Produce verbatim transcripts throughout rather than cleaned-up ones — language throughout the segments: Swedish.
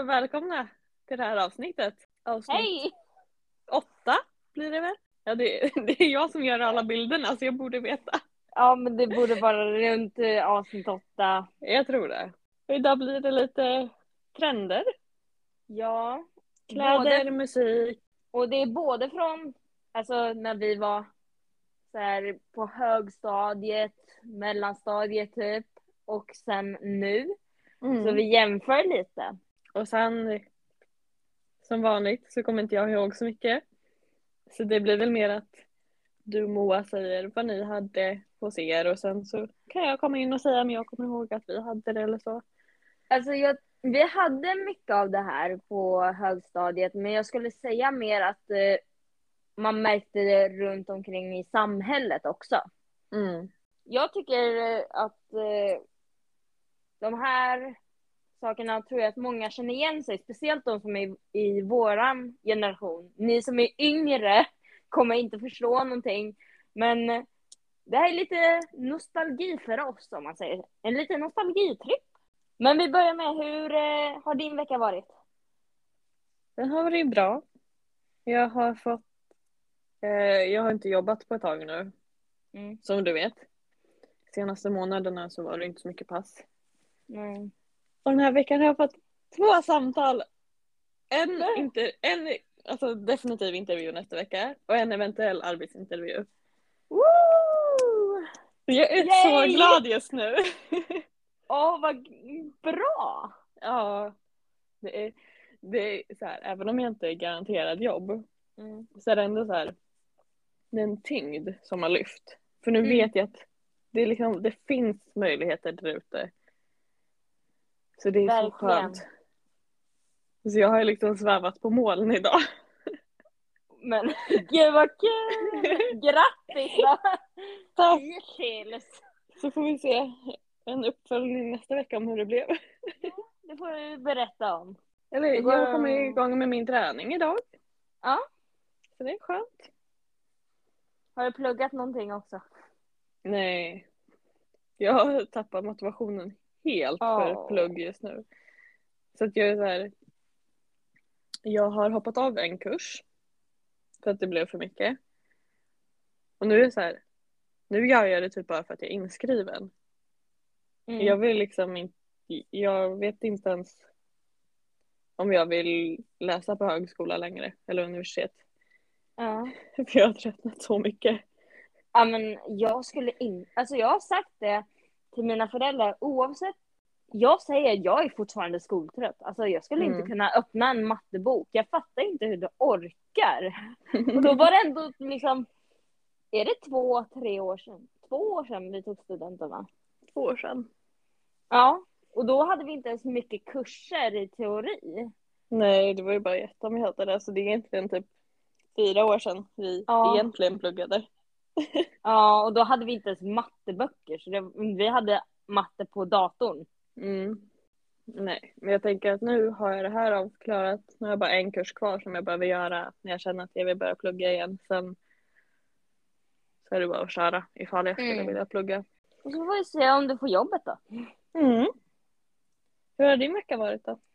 och välkomna till det här avsnittet. Avsnitt Hej! åtta blir det väl? Ja, det, det är jag som gör alla bilderna så jag borde veta. Ja, men det borde vara runt eh, avsnitt åtta. Jag tror det. Och idag blir det lite trender. Ja. Kläder, Både, musik. och det är både från, alltså när vi var så här, på högstadiet, mellanstadiet typ, och sen nu. Mm. Så vi jämför lite. Och sen, som vanligt, så kommer inte jag ihåg så mycket. Så det blir väl mer att du och Moa säger vad ni hade hos er och sen så kan jag komma in och säga om jag kommer ihåg att vi hade det eller så. Alltså jag, vi hade mycket av det här på högstadiet, men jag skulle säga mer att eh, man märkte det runt omkring i samhället också. Mm. Jag tycker eh, att eh, de här sakerna tror jag att många känner igen sig, speciellt de som är i våran generation. Ni som är yngre kommer inte förstå någonting, men det här är lite nostalgi för oss, om man säger. En liten nostalgitripp. Men vi börjar med, hur eh, har din vecka varit? Den har varit bra. Jag har fått eh, jag har inte jobbat på ett tag nu. Mm. Som du vet. Senaste månaderna så var det inte så mycket pass. Mm. Och den här veckan har jag fått två samtal. En, inte, en alltså definitiv intervju nästa vecka. Och en eventuell arbetsintervju. Woo! Jag är Yay! så glad just nu. Åh, vad bra! Ja. Det är, det är så här, även om jag inte är garanterad jobb. Mm. Så är det ändå så här. Det är en tyngd som har lyft. För nu Mm. vet jag att det, är liksom, det finns möjligheter där ute. Så det är Verkligen. så skönt. Så jag har liksom svävat på moln idag. Men gud vad kul! Grattis då! Tack! Hittills. Så får vi se en uppföljning nästa vecka om hur det blev. Det får du berätta om. Eller Det går- jag kommer igång med min träning idag. Ja. Så det är skönt. Har du pluggat någonting också? Nej. Jag har tappat motivationen helt för Åh. plugg just nu. Så att jag är så här. Jag har hoppat av en kurs. För att det blev för mycket. Och nu är det så här. Nu gör jag det typ bara för att jag är inskriven. Mm. Jag vill liksom inte. Jag vet inte ens om jag vill läsa på högskola längre. Eller universitet. Ja. För jag har tröttnat så mycket. Ja, men jag skulle inte, alltså jag har sagt det till mina föräldrar oavsett. Jag säger jag är fortfarande skoltrött. Alltså jag skulle Mm. inte kunna öppna en mattebok. Jag fattar inte hur du orkar. Och då var det ändå liksom, är det två, tre år sedan? Två år sedan vi tog studenterna. Två år sedan. Ja, och då hade vi inte ens mycket kurser i teori. Nej, det var ju bara ettan vi hade det. Så det är egentligen typ fyra år sedan vi Ja. egentligen pluggade. Ja, och då hade vi inte ens matteböcker. Så det, vi hade matte på datorn. Mm. Nej, men jag tänker att nu har jag det här avklarat. Nu har jag bara en kurs kvar som jag behöver göra när jag känner att jag vill börja plugga igen. Sen så är det bara att köra ifall jag skulle Mm. vilja plugga. Och så får vi se om du får jobbet då. Mm. Hur har din vecka varit då?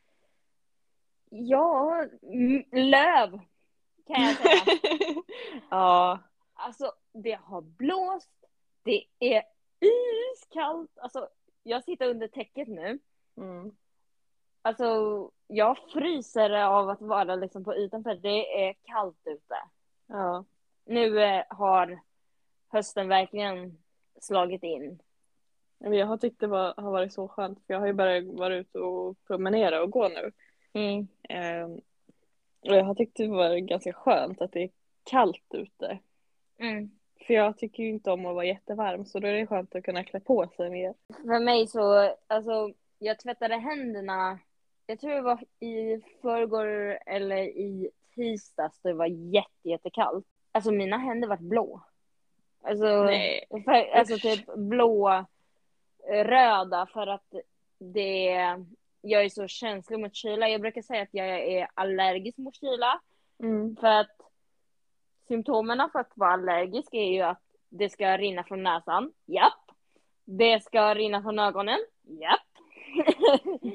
Ja, m- löv kan jag säga. Ja. Alltså det har blåst, det är iskallt. Alltså jag sitter under täcket nu. Mm. Alltså jag fryser av att vara liksom på ytan för det är kallt ute. Ja. Nu eh, har hösten verkligen slagit in. Men jag har tyckt det var, har varit så skönt. För jag har ju börjat vara ute och promenera och gå nu. Mm. Eh, och jag har tyckt det var ganska skönt att det är kallt ute. Mm. För jag tycker ju inte om att vara jättevarm. Så då är det skönt att kunna klä på sig mer. För mig så, alltså jag tvättade händerna, jag tror det var i förrgår eller i tisdags, det var jätte, jättekallt. Alltså mina händer var blå. Alltså, Nej. för, alltså Usch. typ blå, eh, röda för att det, jag är så känslig mot kyla. Jag brukar säga att jag är allergisk mot kyla. Mm. För att symptomen för att vara allergisk är ju att det ska rinna från näsan. Japp. Det ska rinna från ögonen. Japp.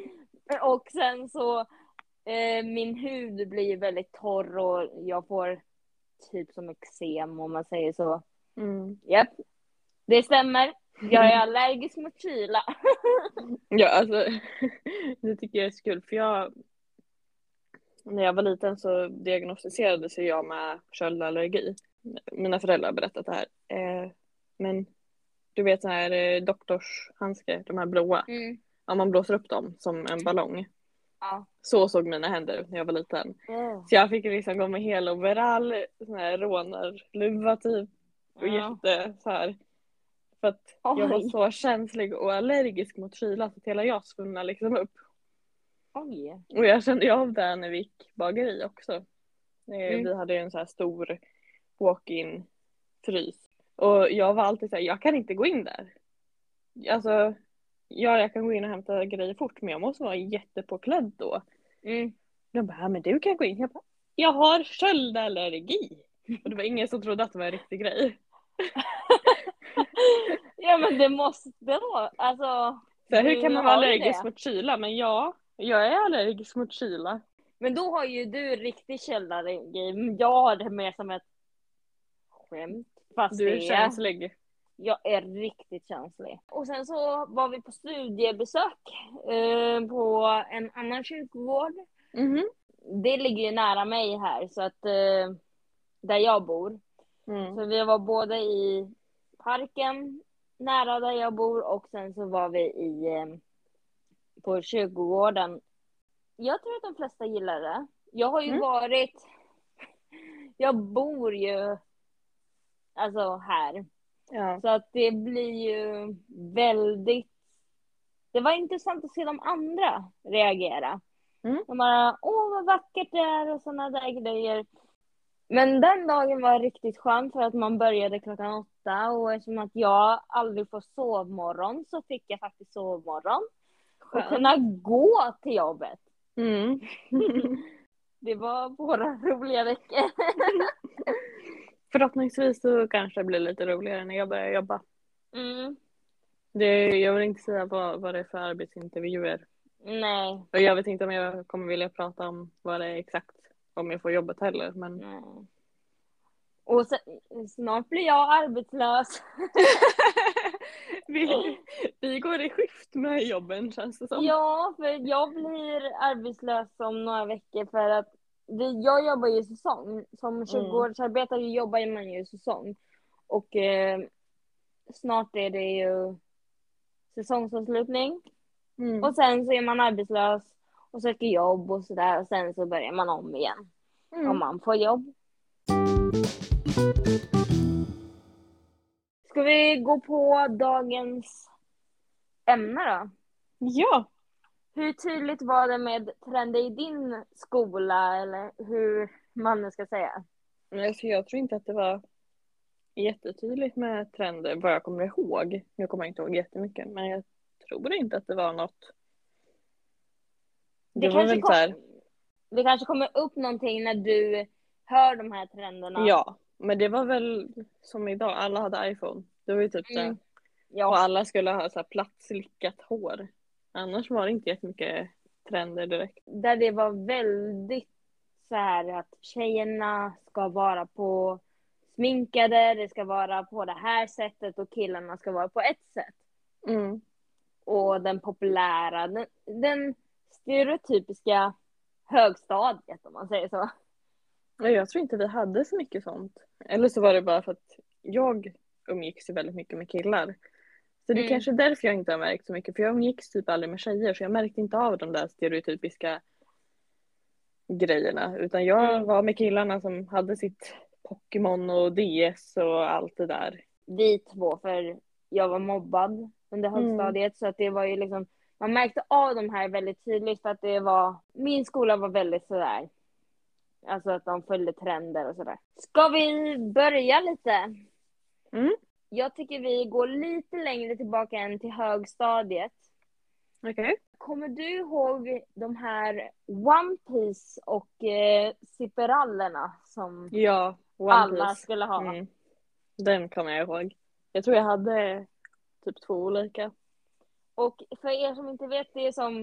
Och sen så eh, min hud blir väldigt torr och jag får typ som eksem om man säger så. Mm. Japp, det stämmer. Jag är allergisk mot kyla. Ja, alltså det tycker jag är så kul för jag när jag var liten så diagnostiserades jag med köldallergi. Mina föräldrar har berättat det här. Eh, men du vet så här eh, doktorshandskar, de här blåa. Mm. Ja, man blåser upp dem som en ballong. Ja. Så såg mina händer ut när jag var liten. Mm. Så jag fick liksom gå med hel overall, sån här rånarluva typ. Och Ja. jätte så här. För att jag var Oj. så känslig och allergisk mot kyla så att hela jag svullnade liksom upp. Oj. Och jag kände ju av det när vi gick bageri också. Eh, Mm. Vi hade ju en så här stor walk-in frys. Och jag var alltid så här, jag kan inte gå in där. Alltså, ja, jag kan gå in och hämta grejer fort men jag måste vara jättepåklädd då. Mm. De bara, "Ja, men du kan gå in." Jag bara, jag har köldallergi. Och det var ingen som trodde att det var en riktig grej. Ja men det måste vara, alltså. Så här, hur du kan man vara har ju allergisk det. mot kyla? Men ja, jag är allergisk mot kyla. Men då har ju du riktig köldallergi. Jag har det mer som ett skämt. Fast Du är det är, känslig. jag är riktigt känslig. Och sen så var vi på studiebesök eh, på en annan kyrkogård. Mhm. Det ligger ju nära mig här så att eh, där jag bor. Mm. Så vi var både i parken nära där jag bor och sen så var vi i eh, på kyrkogården. Jag tror att de flesta gillar det. Jag har ju Mm. varit, jag bor ju alltså här. Ja. Så att det blir ju väldigt, det var intressant att se de andra reagera. Mm. De bara, åh vad vackert det är och sådana där grejer. Men den dagen var riktigt skön för att man började klockan åtta och eftersom att jag aldrig får sovmorgon så fick jag faktiskt sovmorgon. Och Skönt. kunna gå till jobbet. Mm. Det var våra roliga veckor. Förhoppningsvis så kanske det blir lite roligare när jag börjar jobba. Mm. Det, jag vill inte säga vad, vad det är för arbetsintervjuer. Nej. Och jag vet inte om jag kommer vilja prata om vad det är exakt om jag får jobbet heller. Men... Nej. Och sen, snart blir jag arbetslös. vi, vi går i skift med jobben känns det som. Ja, för jag blir arbetslös om några veckor för att vi, jag jobbar ju säsong. Som tjugogårdsarbetare jobbar man ju säsong. Och eh, snart är det ju säsongsavslutning. Mm. Och sen så är man arbetslös och söker jobb och sådär. Och sen så börjar man om igen. Mm. Om man får jobb. Ska vi gå på dagens ämne då? Ja. Hur tydligt var det med trender i din skola eller hur man nu ska säga? Alltså, jag tror inte att det var jättetydligt med trender vad jag kommer ihåg. Jag kommer inte ihåg jättemycket men jag tror inte att det var något. Det, Det, var kanske, väl kom, så här, det kanske kommer upp någonting när du hör de här trenderna. ja, men det var väl som idag, alla hade iPhone. Det var ju typ så här, Mm. och Ja. alla skulle ha så här platt slickat hår. Annars var det inte jättemycket trender direkt. Där det var väldigt så här att tjejerna ska vara på sminkade, det ska vara på det här sättet och killarna ska vara på ett sätt. Mm. Och den populära, den, den stereotypiska högstadiet om man säger så. Ja, jag tror inte vi hade så mycket sånt. Eller så var det bara för att jag umgicks ju väldigt mycket med killar. Så det är Mm. kanske är därför jag inte har märkt så mycket. För jag umgicks typ aldrig med tjejer så jag märkte inte av de där stereotypiska grejerna. Utan jag Mm. var med killarna som hade sitt Pokémon och D S och allt det där. Vi två, för jag var mobbad under Mm. högstadiet så att det var ju liksom, man märkte av de här väldigt tydligt för att det var, min skola var väldigt sådär, alltså att de följde trender och sådär. Ska vi börja lite? Mm. Jag tycker vi går lite längre tillbaka än till högstadiet. Okej. Okay. Kommer du ihåg de här One Piece och eh, zipperallerna som Ja, One alla Piece. skulle ha? Mm. Den kommer jag ihåg. Jag tror jag hade typ två olika. Och för er som inte vet, det är som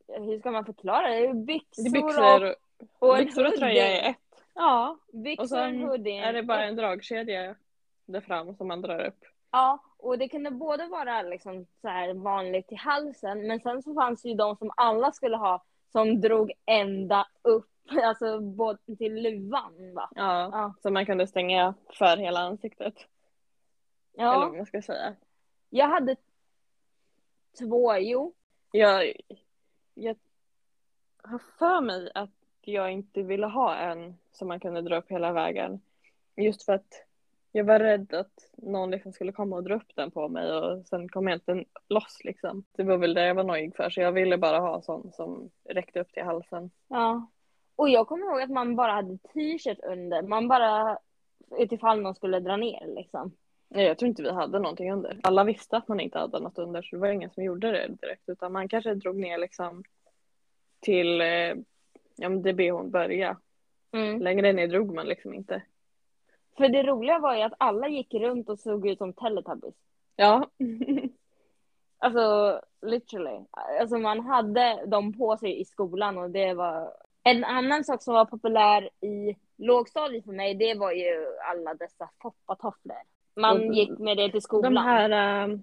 hur ska man förklara det? Det är byxor, Det är byxor och, och, och en byxor och tröja hoodie. är ett. Ja. Byxor, Och sen en hoodie, är det bara ett. en dragkedja där fram som man drar upp. Ja, och det kunde både vara liksom så här vanligt till halsen, men sen så fanns det ju de som alla skulle ha som drog ända upp, alltså både till luvan, va? Ja, Ja. så man kunde stänga för hela ansiktet. Eller Ja, vad man ska säga. jag hade två, jo. Jag, jag har för mig att jag inte ville ha en som man kunde dra upp hela vägen. Just för att jag var rädd att någon liksom skulle komma och dra upp den på mig och sen kom jag inte loss liksom. Det var väl det jag var nöjd för, så jag ville bara ha sån som räckte upp till halsen. Ja. Och jag kommer ihåg att man bara hade t-shirt under. Man bara, utifall någon skulle dra ner liksom. Nej, jag tror inte vi hade någonting under. Alla visste att man inte hade något under, så det var ingen som gjorde det direkt. Utan man kanske drog ner liksom till, eh, ja men det bhn börja. Mm. Längre ner drog man liksom inte. För det roliga var ju att alla gick runt och såg ut som Teletubbies. Ja. Alltså, literally. Alltså man hade dem på sig i skolan och det var... En annan sak som var populär i lågstadiet för mig, det var ju alla dessa foppatofflor. Man Och gick med det till skolan. De här äh,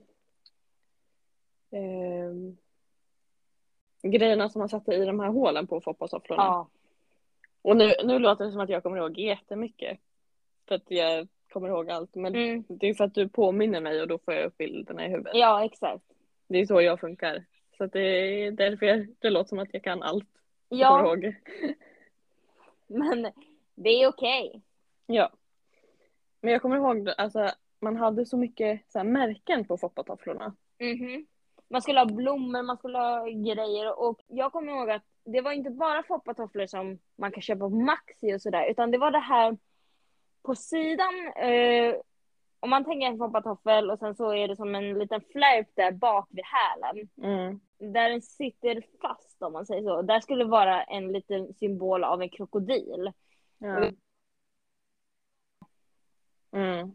äh, grejerna som man satte i de här hålen på foppatofflorna. Ja. Och nu, nu låter det som att jag kommer ihåg jättemycket. För att jag kommer ihåg allt. Men Mm. det är för att du påminner mig och då får jag upp bilderna i huvudet. Ja, exakt. Det är så jag funkar. Så att det är därför jag, det låter som att jag kan allt. Jag Ja, kommer ihåg. men det är okej. Ja. Men jag kommer ihåg, alltså man hade så mycket så här märken på foppatofflorna. Mhm. Man skulle ha blommor, man skulle ha grejer. Och jag kommer ihåg att det var inte bara foppatofflor som man kan köpa på Maxi och sådär. Utan det var det här på sidan. Eh, om man tänker en foppatoffel och sen så är det som en liten flärp där bak vid hälen. Mm. Där den sitter fast, om man säger så. Där skulle vara en liten symbol av en krokodil. Ja. Mm.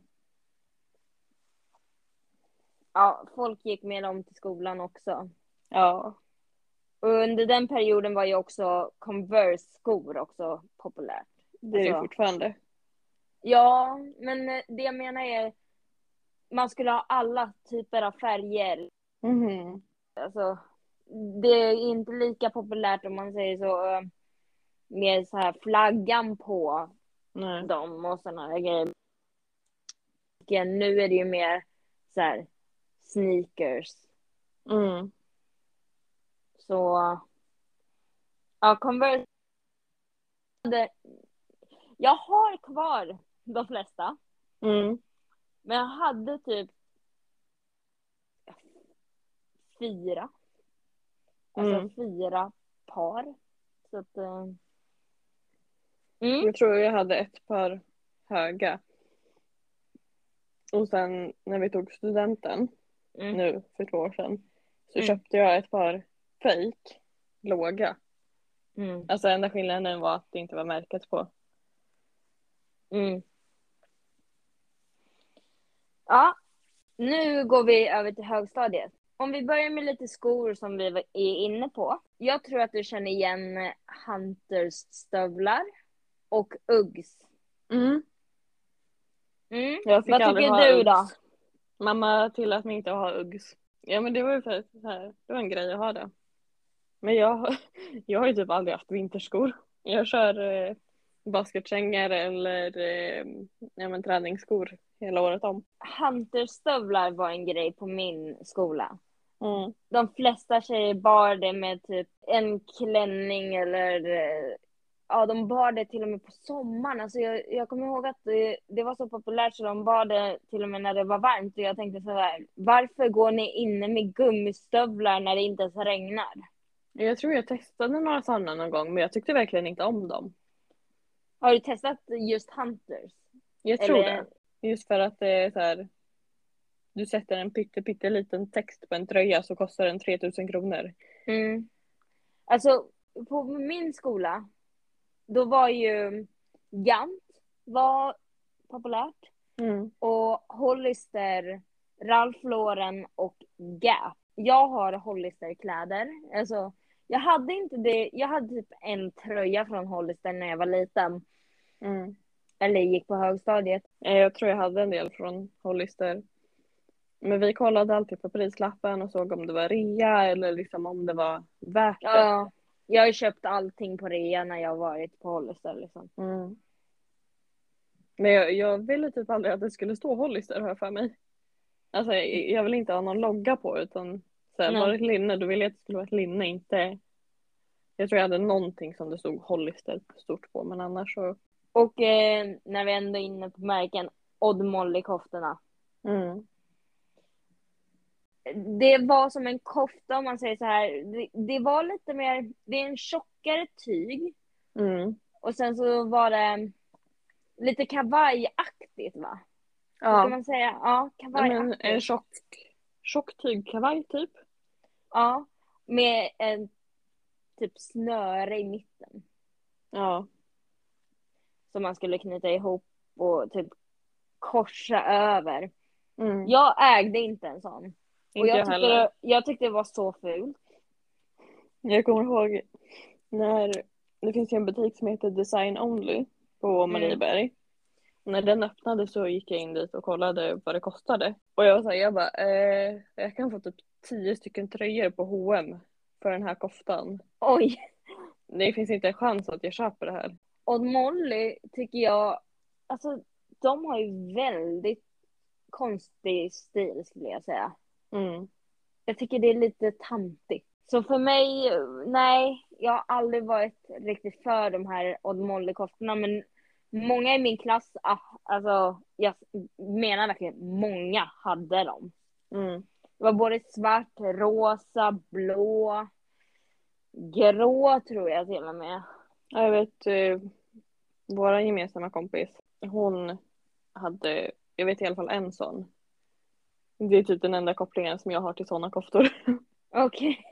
Ja, folk gick med dem till skolan också. Ja. Och under den perioden var ju också Converse-skor också populärt. Det är det Alltså, fortfarande. ja, men det jag menar är man skulle ha alla typer av färger. Mhm. Alltså, det är inte lika populärt om man säger så med så här flaggan på Nej. dem och sådana här grejer. Och nu är det ju mer så här sneakers. Mm. Så ja, Converse. Jag har kvar de flesta. Mm. Men jag hade typ fyra. Alltså Mm. fyra par. Så att... Uh... Mm. Jag tror jag hade ett par höga. Och sen när vi tog studenten, Mm. nu för två år sedan, så Mm. köpte jag ett par fake låga. Mm. Alltså enda skillnaden var att det inte var märket på. Mm. Ja, nu går vi över till högstadiet. Om vi börjar med lite skor som vi är inne på. Jag tror att du känner igen Hunters stövlar och Uggs. Mm. Mm. Jag fick Vad aldrig tycker ha du Uggs. då? Mamma tillät mig inte att ha Uggs. Ja men det var ju för så här, det var en grej att ha det. Men jag, jag har ju typ aldrig haft vinterskor. Jag kör eh, basketkängor eller eh, ja, men, träningsskor hela året om. Hunterstövlar var en grej på min skola. Mm. De flesta tjejer bar det med typ en klänning eller ja, de bar det till och med på sommaren. Alltså jag, jag kommer ihåg att det, det var så populärt så de bar det till och med när det var varmt. Och jag tänkte så här, varför går ni inne med gummistövlar när det inte ens regnar? Jag tror jag testade några sådana någon gång, men jag tyckte verkligen inte om dem. Har du testat just Hunters? Jag tror Eller... det. Just för att det är så här, du sätter en pytte, pytte liten text på en tröja så kostar den tre tusen kronor. Mm. Alltså på min skola, då var ju Gant var populärt. Mm. Och Hollister, Ralph Lauren och Gap. Jag har Hollister-kläder. Alltså, Jag hade inte det. Jag hade typ en tröja från Hollister när jag var liten. Mm. Eller gick på högstadiet. Eh, Jag tror jag hade en del från Hollister. Men vi kollade alltid på prislappen och såg om det var rea eller liksom om det var värt det. Ja, jag har ju köpt allting på rea när jag har varit på Hollister liksom. Mm. Men jag, jag ville typ aldrig att det skulle stå Hollister här för mig. Alltså jag, jag vill inte ha någon logga på, utan så här, Nej. var det ett linne då ville jag att det skulle vara ett linne, inte. Jag tror jag hade någonting som det stod Hollister stort på, men annars så. Och eh, när vi ändå är inne på märken, Odd Molly-koftorna. Mm. Det var som en kofta, om man säger så här. Det, det var lite mer, det är en tjockare tyg. Mm. Och sen så var det lite kavajaktigt, va? Vad Ja. ska man säga? Ja, Ja, men kavajaktigt. en tjock, tjock tygkavaj typ. Ja, med en typ snöre i mitten. Ja. Som man skulle knyta ihop och typ korsa över. Mm. Jag ägde inte en sån. Inte Och jag jag tyckte, heller. det, jag tyckte det var så fult. Jag kommer ihåg när det finns ju en butik som heter Design Only på Marieberg. När den öppnade så gick jag in dit och kollade vad det kostade. Och jag var så här, jag bara, eh, jag kan få typ tio stycken tröjor på H och M för den här koftan. Oj. Det finns inte en chans att jag köper det här. Och Molly tycker jag, alltså de har ju väldigt konstig stil skulle jag säga. Mm. Jag tycker det är lite tantigt. Så för mig, nej, jag har aldrig varit riktigt för de här Odd Molly-koftorna, men många i min klass, ah, alltså jag menar verkligen många hade dem. Mm. Det var både svart, rosa, blå, grå tror jag till och med. Ja, jag vet, eh, våra gemensamma kompis, hon hade, jag vet i alla fall en sån. Det är typ den enda kopplingen som jag har till såna koftor. Okej.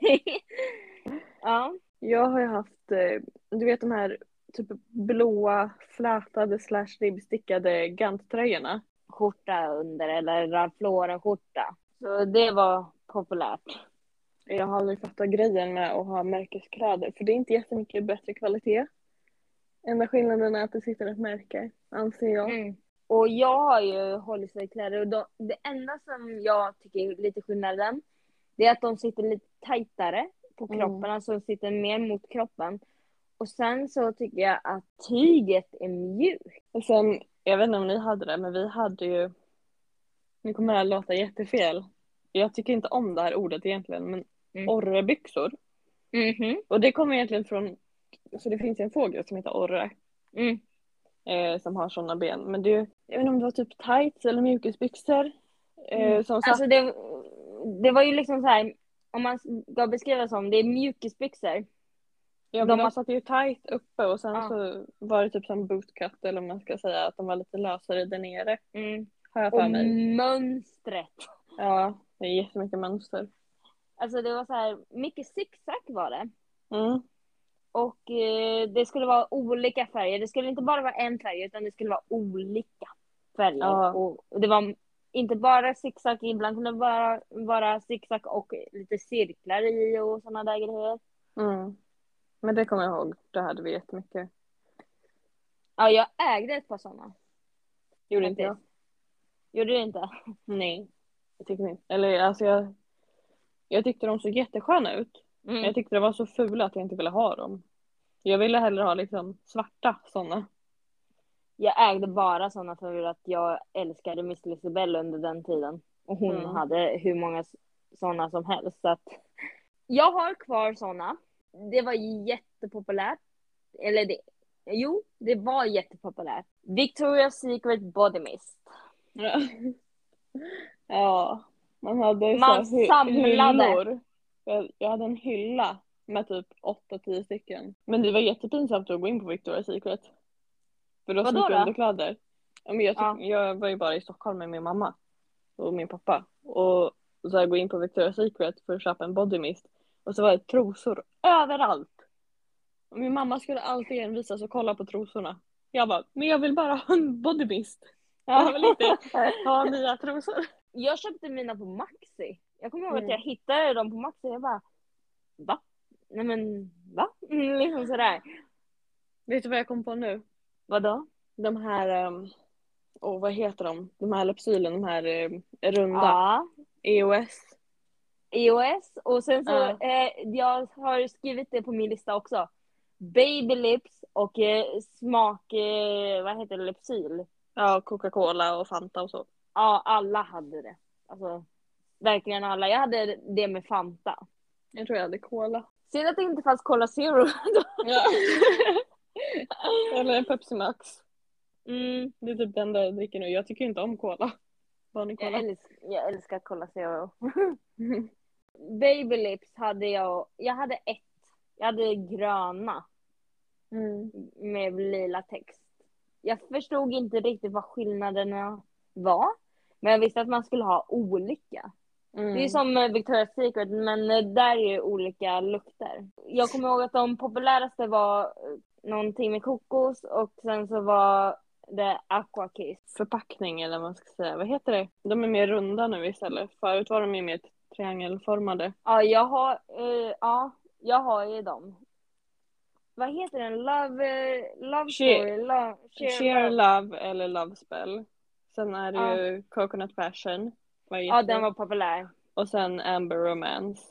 Ja. Jag har ju haft, eh, du vet de här typ blåa flätade slash ribbstickade ganttröjorna. Skjorta under eller Ralph Lauren-skjorta. Så det var populärt. Jag har aldrig fattat grejen med att ha märkeskläder, för det är inte jättemycket bättre kvalitet. Enda skillnaden är att det sitter ett märke, anser jag. Mm. Och jag har ju hållit sig kläder och de, det enda som jag tycker är lite skillnaden, det är att de sitter lite tajtare på kroppen, Mm. alltså sitter mer mot kroppen. Och sen så tycker jag att tyget är mjukt. Och sen, jag vet inte om ni hade det, men vi hade ju, nu kommer det här låta jättefel. Jag tycker inte om det här ordet egentligen, men Mm. orrebyxor. Mhm. Och det kommer egentligen från, så det finns en fågel som heter orre. Mm. Eh, som har sådana ben. Men det, jag vet inte om det var typ tights eller mjukisbyxor. Eh, Mm. som satt, Alltså det, det var ju liksom så här, om man ska beskriva det som, det är mjukisbyxor. ja, men de de har- satt ju tight uppe och sen Ja. så var det typ som bootcut, eller om man ska säga att de var lite lösare där nere. Mm. Har jag Och för mig. mönstret. Ja, det är jättemycket mönster. Alltså det var så här, mycket zigzag var det. Mm. Och eh, det skulle vara olika färger. Det skulle inte bara vara en färg, utan det skulle vara olika färger. Ja. Och, och det var inte bara zigzag, ibland kunde det bara vara zigzag och lite cirklar i och sådana där grejer. Mm. Men det kommer jag ihåg, det hade vi jättemycket. Ja, jag ägde ett par sådana. Gjorde inte jag? Gjorde du inte? Nej, jag tyckte inte. Eller alltså jag, jag tyckte de såg jättesköna ut. Men Mm. jag tyckte det var så fula att jag inte ville ha dem. Jag ville hellre ha liksom svarta sådana. Jag ägde bara sådana för att jag älskade Miss Lisabell under den tiden. Och hon Mm. hade hur många sådana som helst. Så att jag har kvar sådana. Det var jättepopulärt. Eller det, jo, det var jättepopulärt. Victoria's Secret Body Mist. Ja. Ja, man hade så Man här hy- samlade. hyllor. Jag, jag hade en hylla med typ åtta tio stycken. Men det var jättepinsamt att gå in på Victoria's Secret. För då Vadå så mycket då? underkläder. Ja, men jag, tyck- Ja. jag var ju bara i Stockholm med min mamma och min pappa. Och så här, gå in på Victoria's Secret för att köpa en body mist. Och så var det trosor överallt. Och min mamma skulle alltid envisas och kolla på trosorna. Jag bara, men jag vill bara ha en body mist. Jag vill inte ha nya trosor. Jag köpte mina på Maxi. Jag kommer ihåg Mm. att jag hittade dem på Maxi. Jag bara, va? nej men va? Mm, liksom sådär. Vet du vad jag kom på nu? Vadå? De här, um, oh, vad heter de? De här Lypsylen, de här um, runda. Ja, E O S. iOS. Och sen så, Ja. eh, jag har skrivit det på min lista också. Baby lips och eh, smak, eh, vad heter det, Lypsyl. Ja, Coca-Cola och Fanta och så. Ja, alla hade det. Alltså, verkligen alla. Jag hade det med Fanta. Jag tror jag hade Cola. Synd att det inte fanns Cola Zero. Ja. Eller en Pepsi Max. mm, Det är typ den där jag dricker nu. Jag tycker inte om Cola. Vanlig jag, Cola. älsk, jag älskar Cola Zero. Baby lips hade jag. Jag hade ett. Jag hade gröna Mm. med lila text. Jag förstod inte riktigt vad skillnaderna var. Men jag visste att man skulle ha olika. Mm. Det är som eh, Victoria's Secret, men eh, där är ju olika lukter. Jag kommer ihåg att de populäraste var eh, någonting med kokos och sen så var det Aqua Kiss. Förpackning eller vad man ska säga. Vad heter det? De är mer runda nu istället. Förut var de ju mer triangelformade. Ja, jag har, eh, ja, jag har ju dem. Vad heter den? Love, eh, love She- story? Love, share, Sheer love. Love eller Love Spell. Sen är det Ja. ju Coconut Passion. Var Ja, jätte- den var populär. Och sen Amber Romance.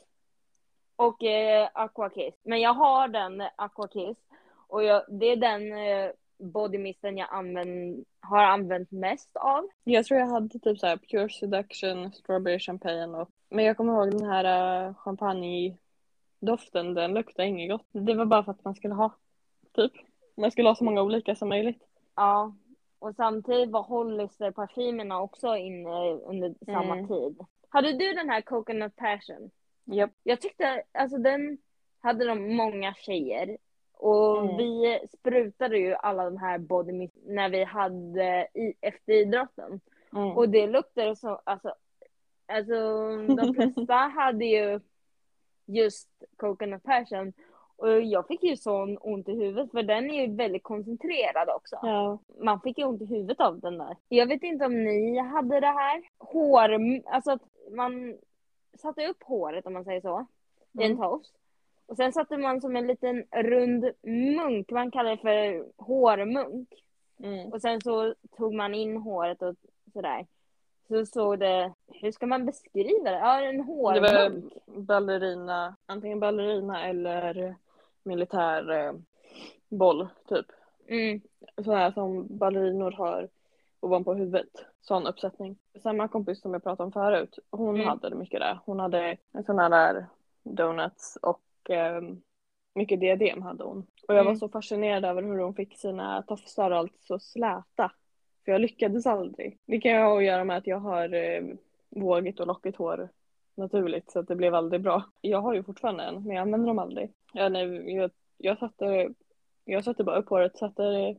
Och eh, Aqua Kiss. Men jag har den, eh, Aqua Kiss. Och jag, det är den eh, bodymisten jag använd, har använt mest av. Jag tror jag hade typ så här Pure Seduction, Strawberry Champagne och... Men jag kommer ihåg den här uh, champagne-doften, den luktade inget gott. Det var bara för att man skulle ha, typ. Man skulle ha så många olika som möjligt. Ja. Och samtidigt var Hollister-parfymerna också inne under samma Mm. tid. Hade du den här Coconut Passion? Japp. Jag tyckte, alltså den hade de många tjejer. Och Mm. vi sprutade ju alla de här body mist när vi hade i, efter idrotten. Mm. Och det luktade så, alltså, alltså de flesta hade ju just Coconut Passion. Och jag fick ju sån ont i huvudet för den är ju väldigt koncentrerad också. Ja. Man fick ju ont i huvudet av den där. Jag vet inte om ni hade det här. Hår, alltså att man satte upp håret om man säger så. I en Mm. tofs. Och sen satte man som en liten rund munk. Man kallar det för hårmunk. Mm. Och sen så tog man in håret och sådär. Så såg det, hur ska man beskriva det? Ja, en Det hårmunk. var ballerina, antingen ballerina eller militär eh, boll typ. Mm. Sån här som ballerinor har ovanpå huvudet. Sån uppsättning. Samma kompis som jag pratade om förut, hon Mm. hade det mycket där. Hon hade en sån här där donuts och eh, mycket diadem hade hon. Och jag var Mm. så fascinerad över hur hon fick sina tofsar och allt så släta. För jag lyckades aldrig. Det kan jag ha att göra med att jag har eh, vågigt och lockigt hår naturligt så att det blev aldrig bra. Jag har ju fortfarande en men jag använder dem aldrig. Ja, nej, jag, jag satte jag satte bara upp håret, satte det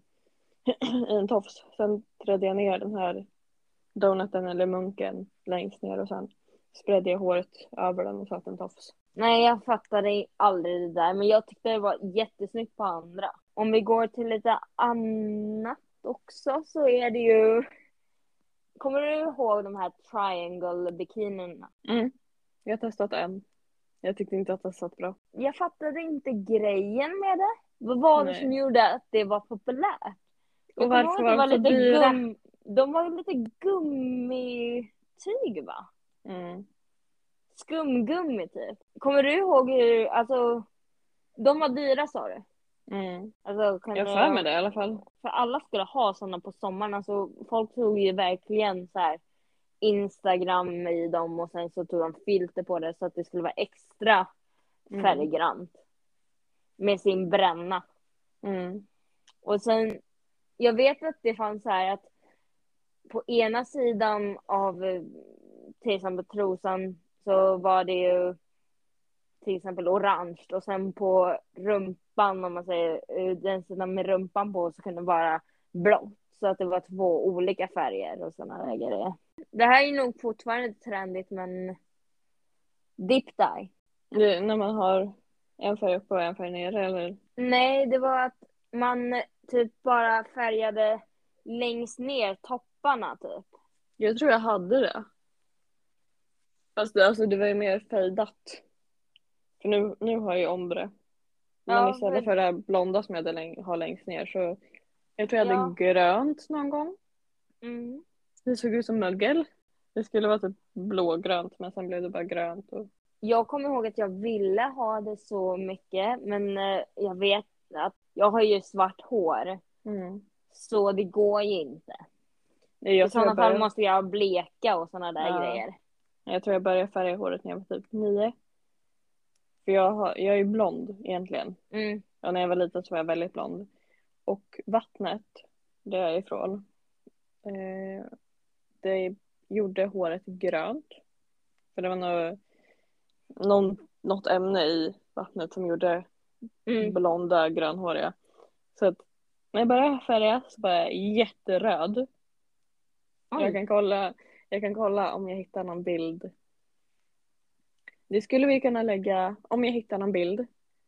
i en tofs. Sen trädde jag ner den här donuten eller munken längst ner och sen spredde jag håret över den och satte en tofs. Nej, jag fattade aldrig det där. Men jag tyckte det var jättesnyggt på andra. Om vi går till lite annat också så är det ju... Kommer du ihåg de här triangle bikinierna? Mm. Jag har testat en. Jag tyckte inte att det satt bra. Jag fattade inte grejen med det. Vad var det Nej. som gjorde att det var populärt? Jag Och kommer varför ihåg att var det de var så lite dyra? gum... De var lite gummityg, va? Mm. Skumgummi, typ. Kommer du ihåg hur... Alltså, de var dyra, sa du? Mm. Alltså, kan Jag har för mig det i alla fall. För alla skulle ha sådana på sommaren. Alltså, folk tog ju verkligen så här Instagram i dem och sen så tog de filter på det så att det skulle vara extra Mm. färggrant. Med sin bränna. Mm. Och sen, jag vet att det fanns så här att på ena sidan av eh, till exempel trosan så var det ju till exempel orange och sen på rumpan, om man säger eh, den sidan med rumpan på, så kunde det vara blått. Så att det var två olika färger och sådana där grejer. Det här är nog fortfarande trendigt, men dip dye. Det är när man har en färg uppe och en färg nere eller? Nej, det var att man typ bara färgade längst ner topparna typ. Jag tror jag hade det. Fast det, alltså, det var ju mer fejdat. För nu, nu har jag ju ombre. Men Ja, istället för, för det här blonda som jag hade läng- har längst ner så jag tror jag hade ja. grönt någon gång. Mm. Det såg ut som mögel. Det skulle vara typ blågrönt men sen blev det bara grönt. Och... Jag kommer ihåg att jag ville ha det så mycket, men eh, jag vet att jag har ju svart hår. Mm. Så det går ju inte. Nej, I jag tror jag sådana fall började, måste jag bleka och sådana där ja, grejer. jag tror jag började färga håret när jag var typ nio. För jag, har, jag är ju blond egentligen. Mm. Och när jag var liten så var jag väldigt blond. Och vattnet, där jag är ifrån, eh, det gjorde håret grönt. För det var nog någon, något ämne i vattnet som gjorde Mm. blonda grönhåriga. Så att när jag började färga så var jag jätteröd. Jag Oj. kan kolla, jag kan kolla om jag hittar någon bild. Det skulle vi kunna lägga, om jag hittar någon bild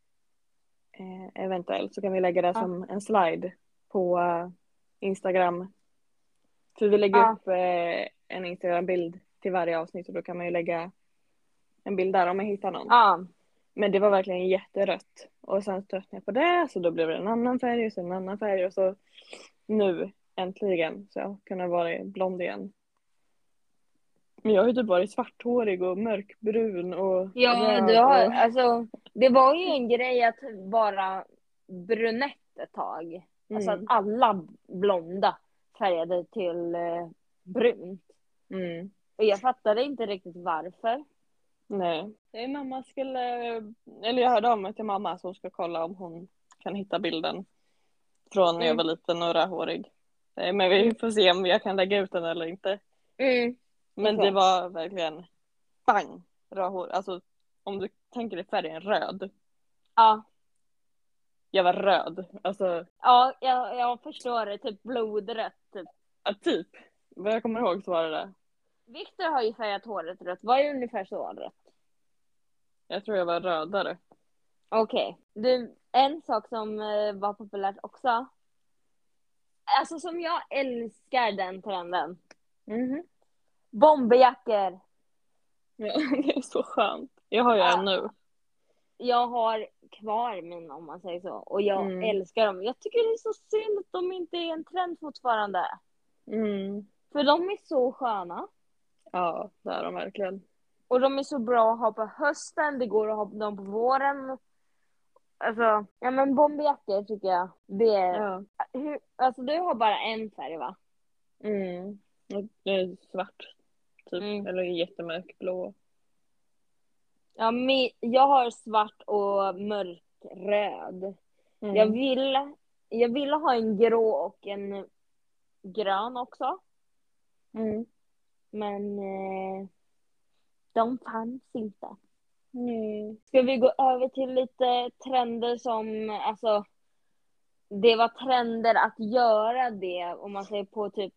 eh, eventuellt så kan vi lägga det Ja. som en slide på eh, Instagram. För vi lägger Ja. upp eh, en Instagram-bild till varje avsnitt och då kan man ju lägga en bild där om jag hittar någon. Ja. Men det var verkligen jätterött. Och sen tröttnade jag på det så då blev det en annan färg och sen en annan färg och så nu äntligen så jag kunde vara blond igen. Men jag har ju typ varit svarthårig och mörkbrun och Ja, du röd har, och... alltså, det var ju en grej att vara brunett ett tag. Alltså att Mm. alla blonda färgade till eh, brunt. Mm. Och jag fattade inte riktigt varför. Nej. Nej, mamma skulle... Eller jag hörde om till mamma som ska kolla om hon kan hitta bilden från när jag Mm. var liten och rödhårig. Eh, Men vi Mm. får se om jag kan lägga ut den eller inte. Mm. Men Okej. det var verkligen bang! Rödhår. Alltså om du tänker dig färgen röd. Ja, Jag var röd. Alltså ja jag, jag förstår det. Typ blodrött. Typ. ja, typ. Vad jag kommer ihåg så var det det. Viktor har ju färgat håret rött. Var ju ungefär så rött. Jag tror jag var rödare. Okej. Du, en sak som eh, var populärt också. Alltså som jag älskar den trenden. Mhm. Bomberjackor. Ja, det är så skönt. Jag har ju en nu. Jag har kvar mina om man säger så. Och jag Mm. älskar dem. Jag tycker det är så synd att de inte är en trend fortfarande. Mm. För de är så sköna. Ja, det är de verkligen. Och de är så bra att ha på hösten. Det går att ha dem på våren. Alltså, ja men bomberjackor tycker jag. Det är... Ja. Hur, alltså du har bara en färg va? Mm. Och det är svart. Typ. Mm. Eller jättemörkblå. Ja, men jag har svart och mörkröd. Mm. Jag vill, jag vill ha en grå och en grön också. Mm. Men eh, de fanns inte. Mm. Ska vi gå över till lite trender som, alltså, det var trender att göra det. Om man säger på typ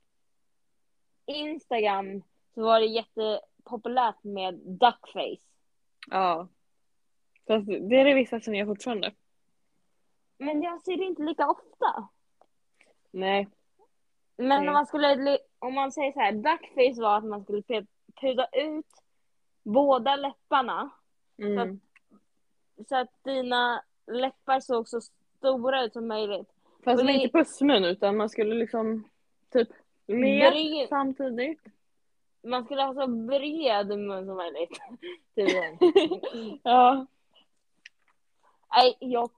Instagram så var det jättepopulärt med duckface. Ja. Fast det är det vissa som gör fortfarande. Men jag ser det inte lika ofta. Nej. Men Nej. om man skulle, om man säger så här, duckface var att man skulle pe- pudra ut båda läpparna. Mm. Så att dina läppar såg så stora ut som möjligt. Fast Och det var det- inte pussmun utan man skulle liksom typ le Bred. samtidigt. Man skulle ha så bred mun som möjligt. Tydligen. Ja. Nej, jag,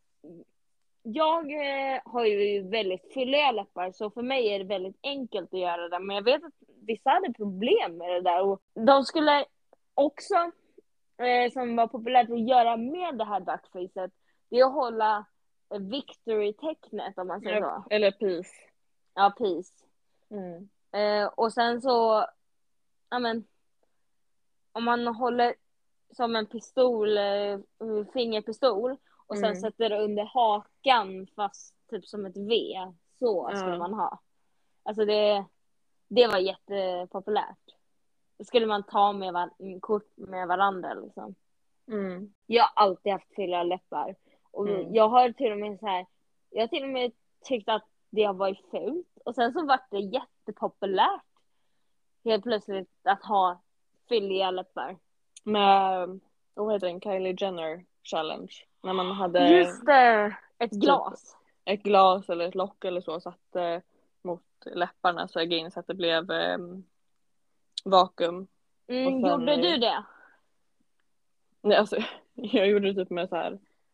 jag eh, har ju väldigt fylliga läppar så för mig är det väldigt enkelt att göra det. Men jag vet att vissa hade problem med det där. Och de skulle också, eh, som var populärt att göra med det här duckfacet, det är att hålla eh, victory-tecknet om man säger så. Eller peace. Ja, peace. Mm. Eh, och sen så, ja men, om man håller som en pistol, eh, fingerpistol och sen Mm. sätter det under hakan fast typ som ett V. Så Ja. skulle man ha. Alltså det, det var jättepopulärt. Det skulle man ta med var- kort med varandra liksom. Mm. Jag har alltid haft fylliga läppar. Och Mm. jag har till och med så här, jag har till och med tyckt att det har varit fult. Och sen så var det jättepopulärt helt plötsligt att ha fylliga läppar. Med, vad heter den, Kylie Jenner challenge. När man hade Just det! Ett typ glas. ett glas eller ett lock eller så satte mot läpparna så jag in så att det blev eh, vakuum. Mm, Och sen, gjorde du eh, det? nej, alltså, jag gjorde det typ med så här,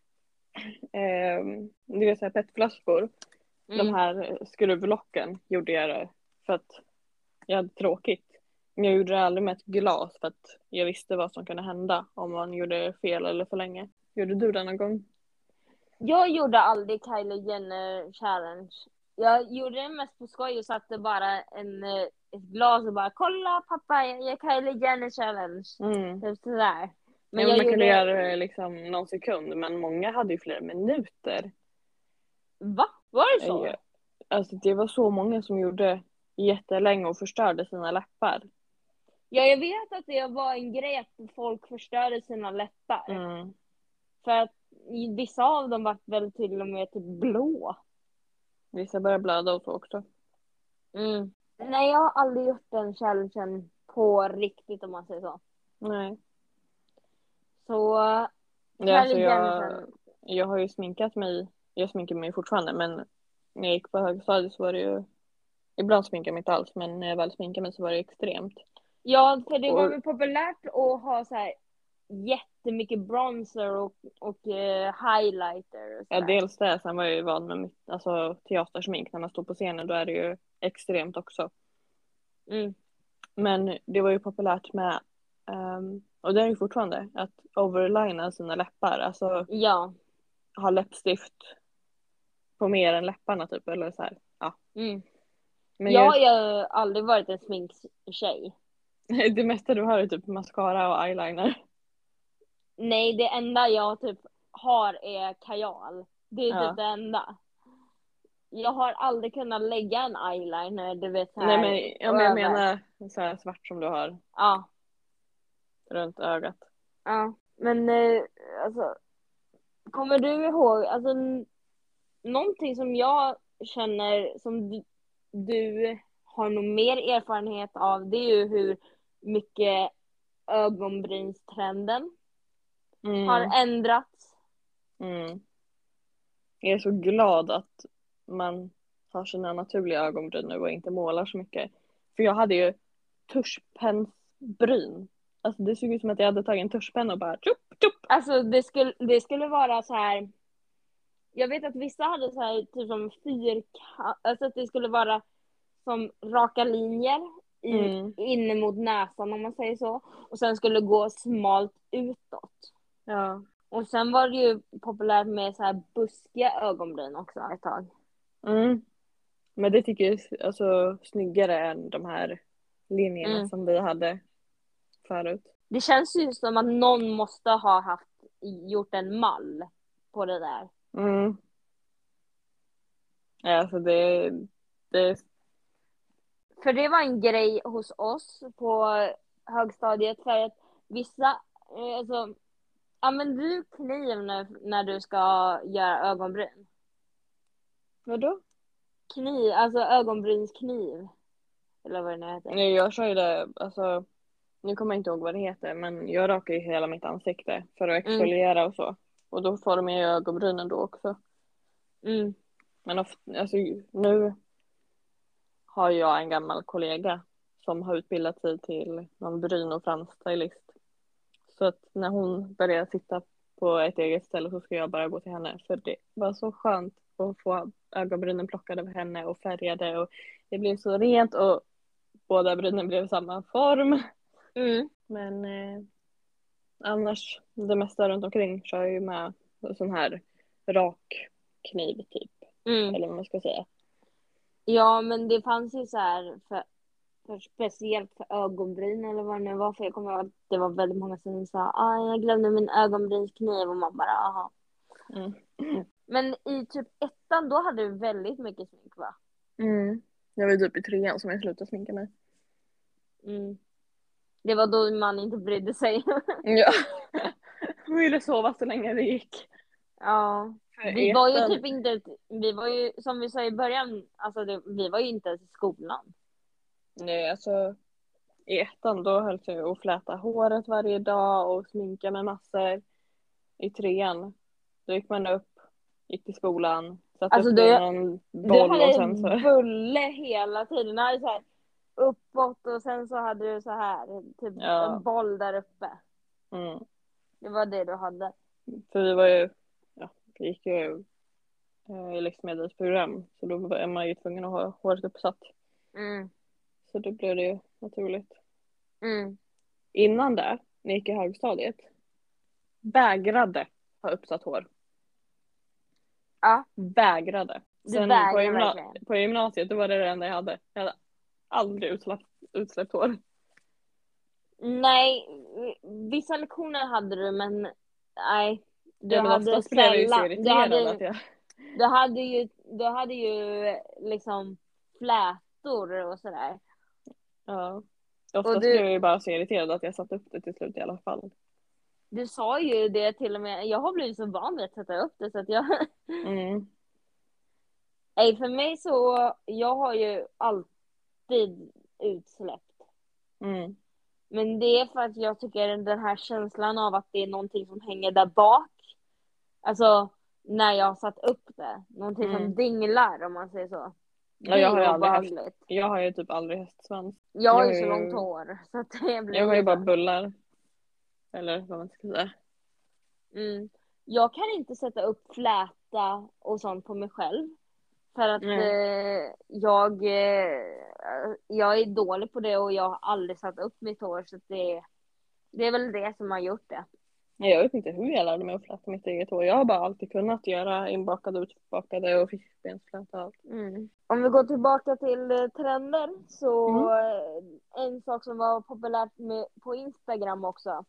eh, du vet så här petflaskor. De Mm. här skruvlocken gjorde jag det för att jag hade tråkigt. Men jag gjorde det aldrig med ett glas för att jag visste vad som kunde hända om man gjorde fel eller för länge. Gjorde du det någon gång? Jag gjorde aldrig Kylie Jenner challenge. Jag gjorde det mest på skoj och satte bara en, eh, ett glas och bara kolla pappa, jag gör Kylie Jenner challenge. Mm. Typ sådär. Men Ja, jag man kunde gjorde... göra det liksom någon sekund men många hade ju flera minuter. Va? Var det så? Eh, Alltså det var så många som gjorde jättelänge och förstörde sina läppar. Ja, jag vet att det var en grej att folk förstörde sina läppar. Mm. För att vissa av dem var väl till och med typ blå. Vissa började blöda och så också. Mm. Nej, jag har aldrig gjort den challengen på riktigt om man säger så. Nej. Så Ja, alltså Kylie Jenner jag, challenge. jag har ju sminkat mig. Jag sminkar mig fortfarande men när jag gick på högstadiet så var det ju. Ibland sminkar jag mig inte alls men när jag väl sminkar mig så var det extremt. Ja, för det var Och, väl populärt att ha så här jättemycket bronzer och, och eh, highlighter och ja, sådär. dels det. Sen var jag ju van med mitt alltså, teatersmink. När man står på scenen då är det ju extremt också. Mm. Men det var ju populärt med, um, och det är ju fortfarande, att overlina sina läppar. Alltså Ja. ha läppstift på mer än läpparna typ. Eller så här. Ja. Mm. Men Jag jag, har aldrig varit en sminktjej. det mesta du har är typ mascara och eyeliner. Nej, det enda jag typ har är kajal. Det är Ja. typ det enda. Jag har aldrig kunnat lägga en eyeliner, du vet så Nej här men, ja, men jag över. menar så här svart som du har Ja, runt ögat. ja. Men eh, alltså, kommer du ihåg, alltså n- någonting som jag känner som du, du har nog mer erfarenhet av, det är ju hur mycket ögonbrynstrenden har Mm. ändrats. Mm. Jag är så glad att man har sina naturliga ögonbryn nu och inte målar så mycket. För jag hade ju tuschpennsbryn. Alltså det såg ut som att jag hade tagit en tuschpenna och bara tjup, tjup. Alltså det skulle, det skulle vara så här. Jag vet att vissa hade så här typ som fyrkant, alltså att det skulle vara som raka linjer i, Mm. in mot näsan om man säger så. Och sen skulle det gå smalt utåt. Ja. Och sen var det ju populärt med så här buskiga ögonbryn också ett tag. Mm. Men det tycker jag är alltså snyggare än de här linjerna Mm. som vi hade förut. Det känns ju som att någon måste ha haft gjort en mall på det där. Mm. Ja, alltså det, det För det var en grej hos oss på högstadiet för att vissa, eh, alltså, använder du kniv när, när du ska göra ögonbryn? vadå? Kniv, alltså ögonbrynskniv. Eller vad det nu heter. Nej, jag kör ju det, alltså nu kommer jag inte ihåg vad det heter men jag rakar ju hela mitt ansikte för att Mm, exfoliera och så. Och då formar jag ögonbrynen då också. mm, Men ofta, alltså, nu har jag en gammal kollega som har utbildat sig till någon bryn- och fransstylist. Så att när hon börjar sitta på ett eget ställe så ska jag bara gå till henne. För det var så skönt att få ögonbrynen plockade av henne och färgade. Och det blev så rent och båda brynen blev samma form. mm, Men eh, annars, det mesta runt omkring kör jag ju med sån här rak kniv typ. mm. Eller vad man ska säga. Ja, men det fanns ju så här för, för speciellt för ögonbryn eller vad det nu var. För jag kommer ihåg att det var väldigt många som sa ah, jag glömde min ögonbrynskniv och man bara aha. Mm. Men i typ ettan då hade du väldigt mycket smink va? Mm. Jag var typ i trean som jag slutade sminka mig. Mm. Det var då man inte brydde sig. Ja. Jag ville sova så länge det gick. Ja. För Vi var ju ettan- typ inte, vi var ju som vi sa i början, alltså det, vi var ju inte ens i skolan. Nej, alltså i ettan då höll jag att fläta håret varje dag och sminka med massor. i trean. Då gick man upp, gick till skolan, satte Alltså upp det i du, någon du boll hade och sen så... bulle hela tiden. Du hade så här uppåt och sen så hade du så här typ Ja. en boll där uppe. Mm. Det var det du hade. För vi var ju, ja, vi gick ju eh, i livsmedelsprogram. Så då var man ju tvungen att ha håret uppsatt. Mm. Så då blev det ju naturligt. Mm. Innan det, när jag gick i högstadiet, vägrade ha uppsatt hår. Ja, Vägrade. du Sen på, vägrar gymna- verkligen. på gymnasiet, då var det det enda jag hade. Jag hade aldrig utsläppt, utsläppt hår. Nej, vissa lektioner hade du men nej. Du Ja, men hade oftast blev jag ju så sällan. Du irriterad hade, att jag... du hade ju, du hade ju liksom flätor och sådär. Ja. Och Oftast du, blev jag ju bara så irriterad att jag satt upp det till slut i alla fall. du sa ju det till och med. Jag har blivit så van vid att sätta upp det så att jag... Mm. Nej, för mig så, jag har ju alltid utsläppt. Mm. Men det är för att jag tycker den här känslan av att det är någonting som hänger där bak. Alltså, när jag har satt upp det. Någonting Mm. som dinglar om man säger så. Ja, Det jag har ju är aldrig haft, obehagligt. jag har ju typ aldrig hästsvans. Jag har Jag ju har så ju- långt hår. Så att det blir Jag har ju bara så. bullar. Eller vad man ska säga. Mm. Jag kan inte sätta upp fläta och sånt på mig själv. För att Nej. eh, jag, eh, jag är dålig på det och jag har aldrig satt upp mitt hår. Så att det, det är väl det som har gjort det. Nej, jag vet inte hur jag lärde mig att fläta mitt eget hår. Jag har bara alltid kunnat göra inbakade, utbakade och fiskbensfläta och allt. Mm. Om vi går tillbaka till eh, trender så Mm. eh, en sak som var populärt med, på Instagram också.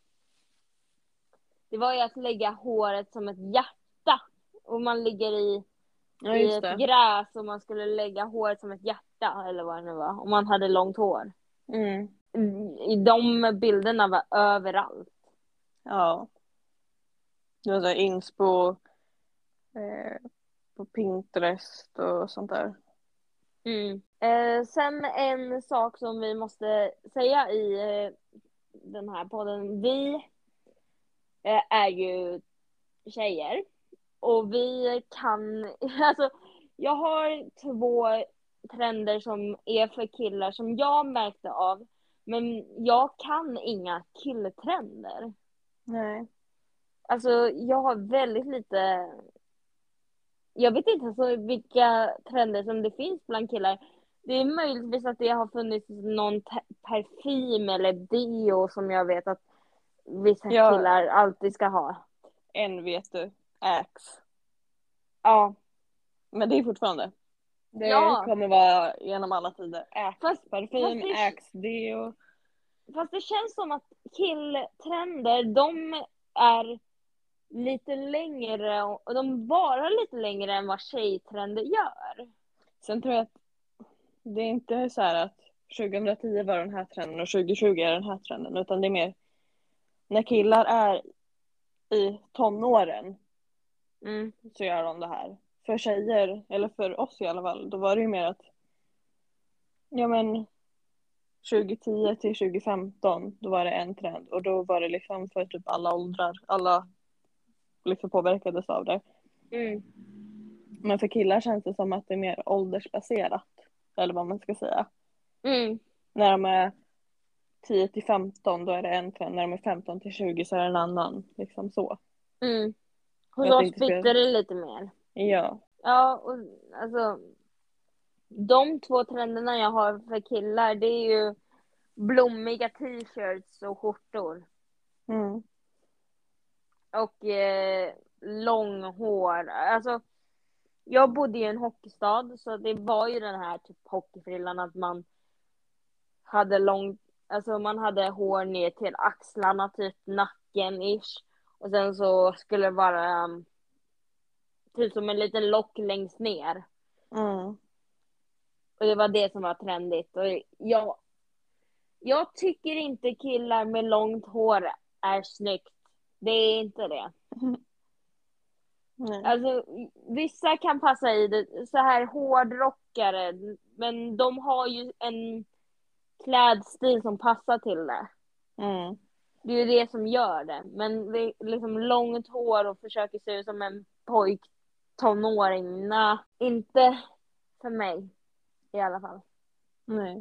Det var ju att lägga håret som ett hjärta. Och man ligger i, Ja, i just ett det. gräs och man skulle lägga håret som ett hjärta eller vad det nu var. Om man hade långt hår. Mm. I de bilderna var överallt. Ja. Det var så här inspo eh, på Pinterest och sånt där. Mm. Eh, sen en sak som vi måste säga i eh, den här podden. Vi eh, är ju tjejer. Och vi kan, alltså jag har två trender som är för killar som jag märkte av. Men jag kan inga killtrender. Nej. Alltså jag har väldigt lite, jag vet inte alltså vilka trender som det finns bland killar. Det är möjligtvis att det har funnits någon te- parfym eller deo som jag vet att vissa Ja. killar alltid ska ha. En vet du. Axe. Ja. Men det är fortfarande. Det Ja. kommer vara genom alla tider. Axe Fast- parfym, fast det- Axe deo. Fast det känns som att killtrender, de är lite längre och de varar lite längre än vad tjejtrender gör. Sen tror jag att det är inte så här att tjugohundratio var den här trenden och tjugohundratjugo är den här trenden. Utan det är mer när killar är i tonåren Mm. så gör de det här. För tjejer, eller för oss i alla fall, då var det ju mer att ja men tjugotio till tjugofemton då var det en trend och då var det liksom för typ alla åldrar. Alla liksom påverkades av det. Mm. Men för killar känns det som att det är mer åldersbaserat. Eller vad man ska säga. Mm. När de är tio till femton då är det en trend. När de är femton till tjugo så är det en annan. Liksom så. Mm. Hos Att det oss inte spelar- bytte det lite mer. Ja. Ja, och alltså de två trenderna jag har för killar, det är ju blommiga t-shirts och skjortor. Mm. Och eh, långhår. Alltså, jag bodde i en hockeystad så det var ju den här typ hockeyfrillan att man hade långt, alltså man hade hår ner till axlarna, typ nacken ish. Och sen så skulle det vara um, typ som en liten lock längst ner. Mm. Och det var det som var trendigt. Och jag, jag tycker inte killar med långt hår är snyggt. Det är inte det. Nej. Alltså, vissa kan passa i det, så här hårdrockare, men de har ju en klädstil som passar till det. Mm. Det är ju det som gör det. Men det är liksom långt hår och försöker se ut som en pojk, tonåring. Nej, inte för mig i alla fall. Nej.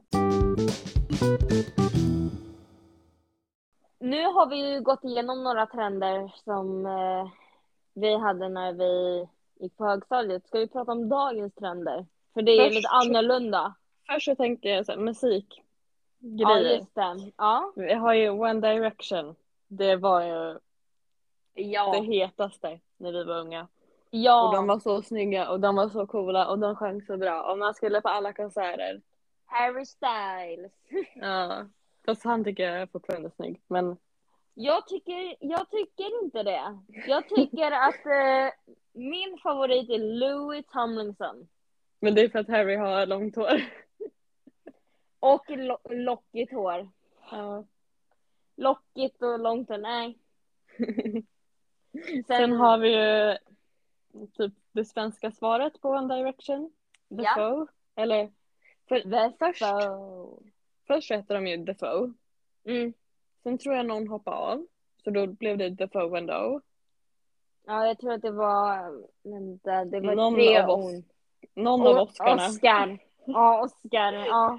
Nu har vi ju gått igenom några trender som eh, vi hade när vi gick på högstadiet. Ska vi prata om dagens trender? För det är Först- lite annorlunda. Först så tänker jag så här, musik. Ja, Grejer. just det. Ja. Vi har ju One Direction. Det var ju Ja. det hetaste när vi var unga. Ja. Och de var så snygga och de var så coola och de sjöng så bra. Och man skulle på alla konserter. Harry Styles. Ja. Fast han tycker jag är fortfarande snygg. Men Jag tycker, jag tycker inte det. Jag tycker att eh, min favorit är Louis Tomlinson. Men det är för att Harry har långt hår. Och lo- lockigt hår. Ja. Lockigt och långt hår, nej. Sen, Sen- har vi ju typ det svenska svaret på One Direction. Ja. Defoe. Eller för, The först, Foe. först hette de ju Defoe. Mm. Sen tror jag någon hoppade av. Så då blev det Defoe and O. Ja, jag tror att det var, vänta, det var Någon tre av oss. ord. Någon Och av Oscarna. Oscar. Ja, Oscar. Ja.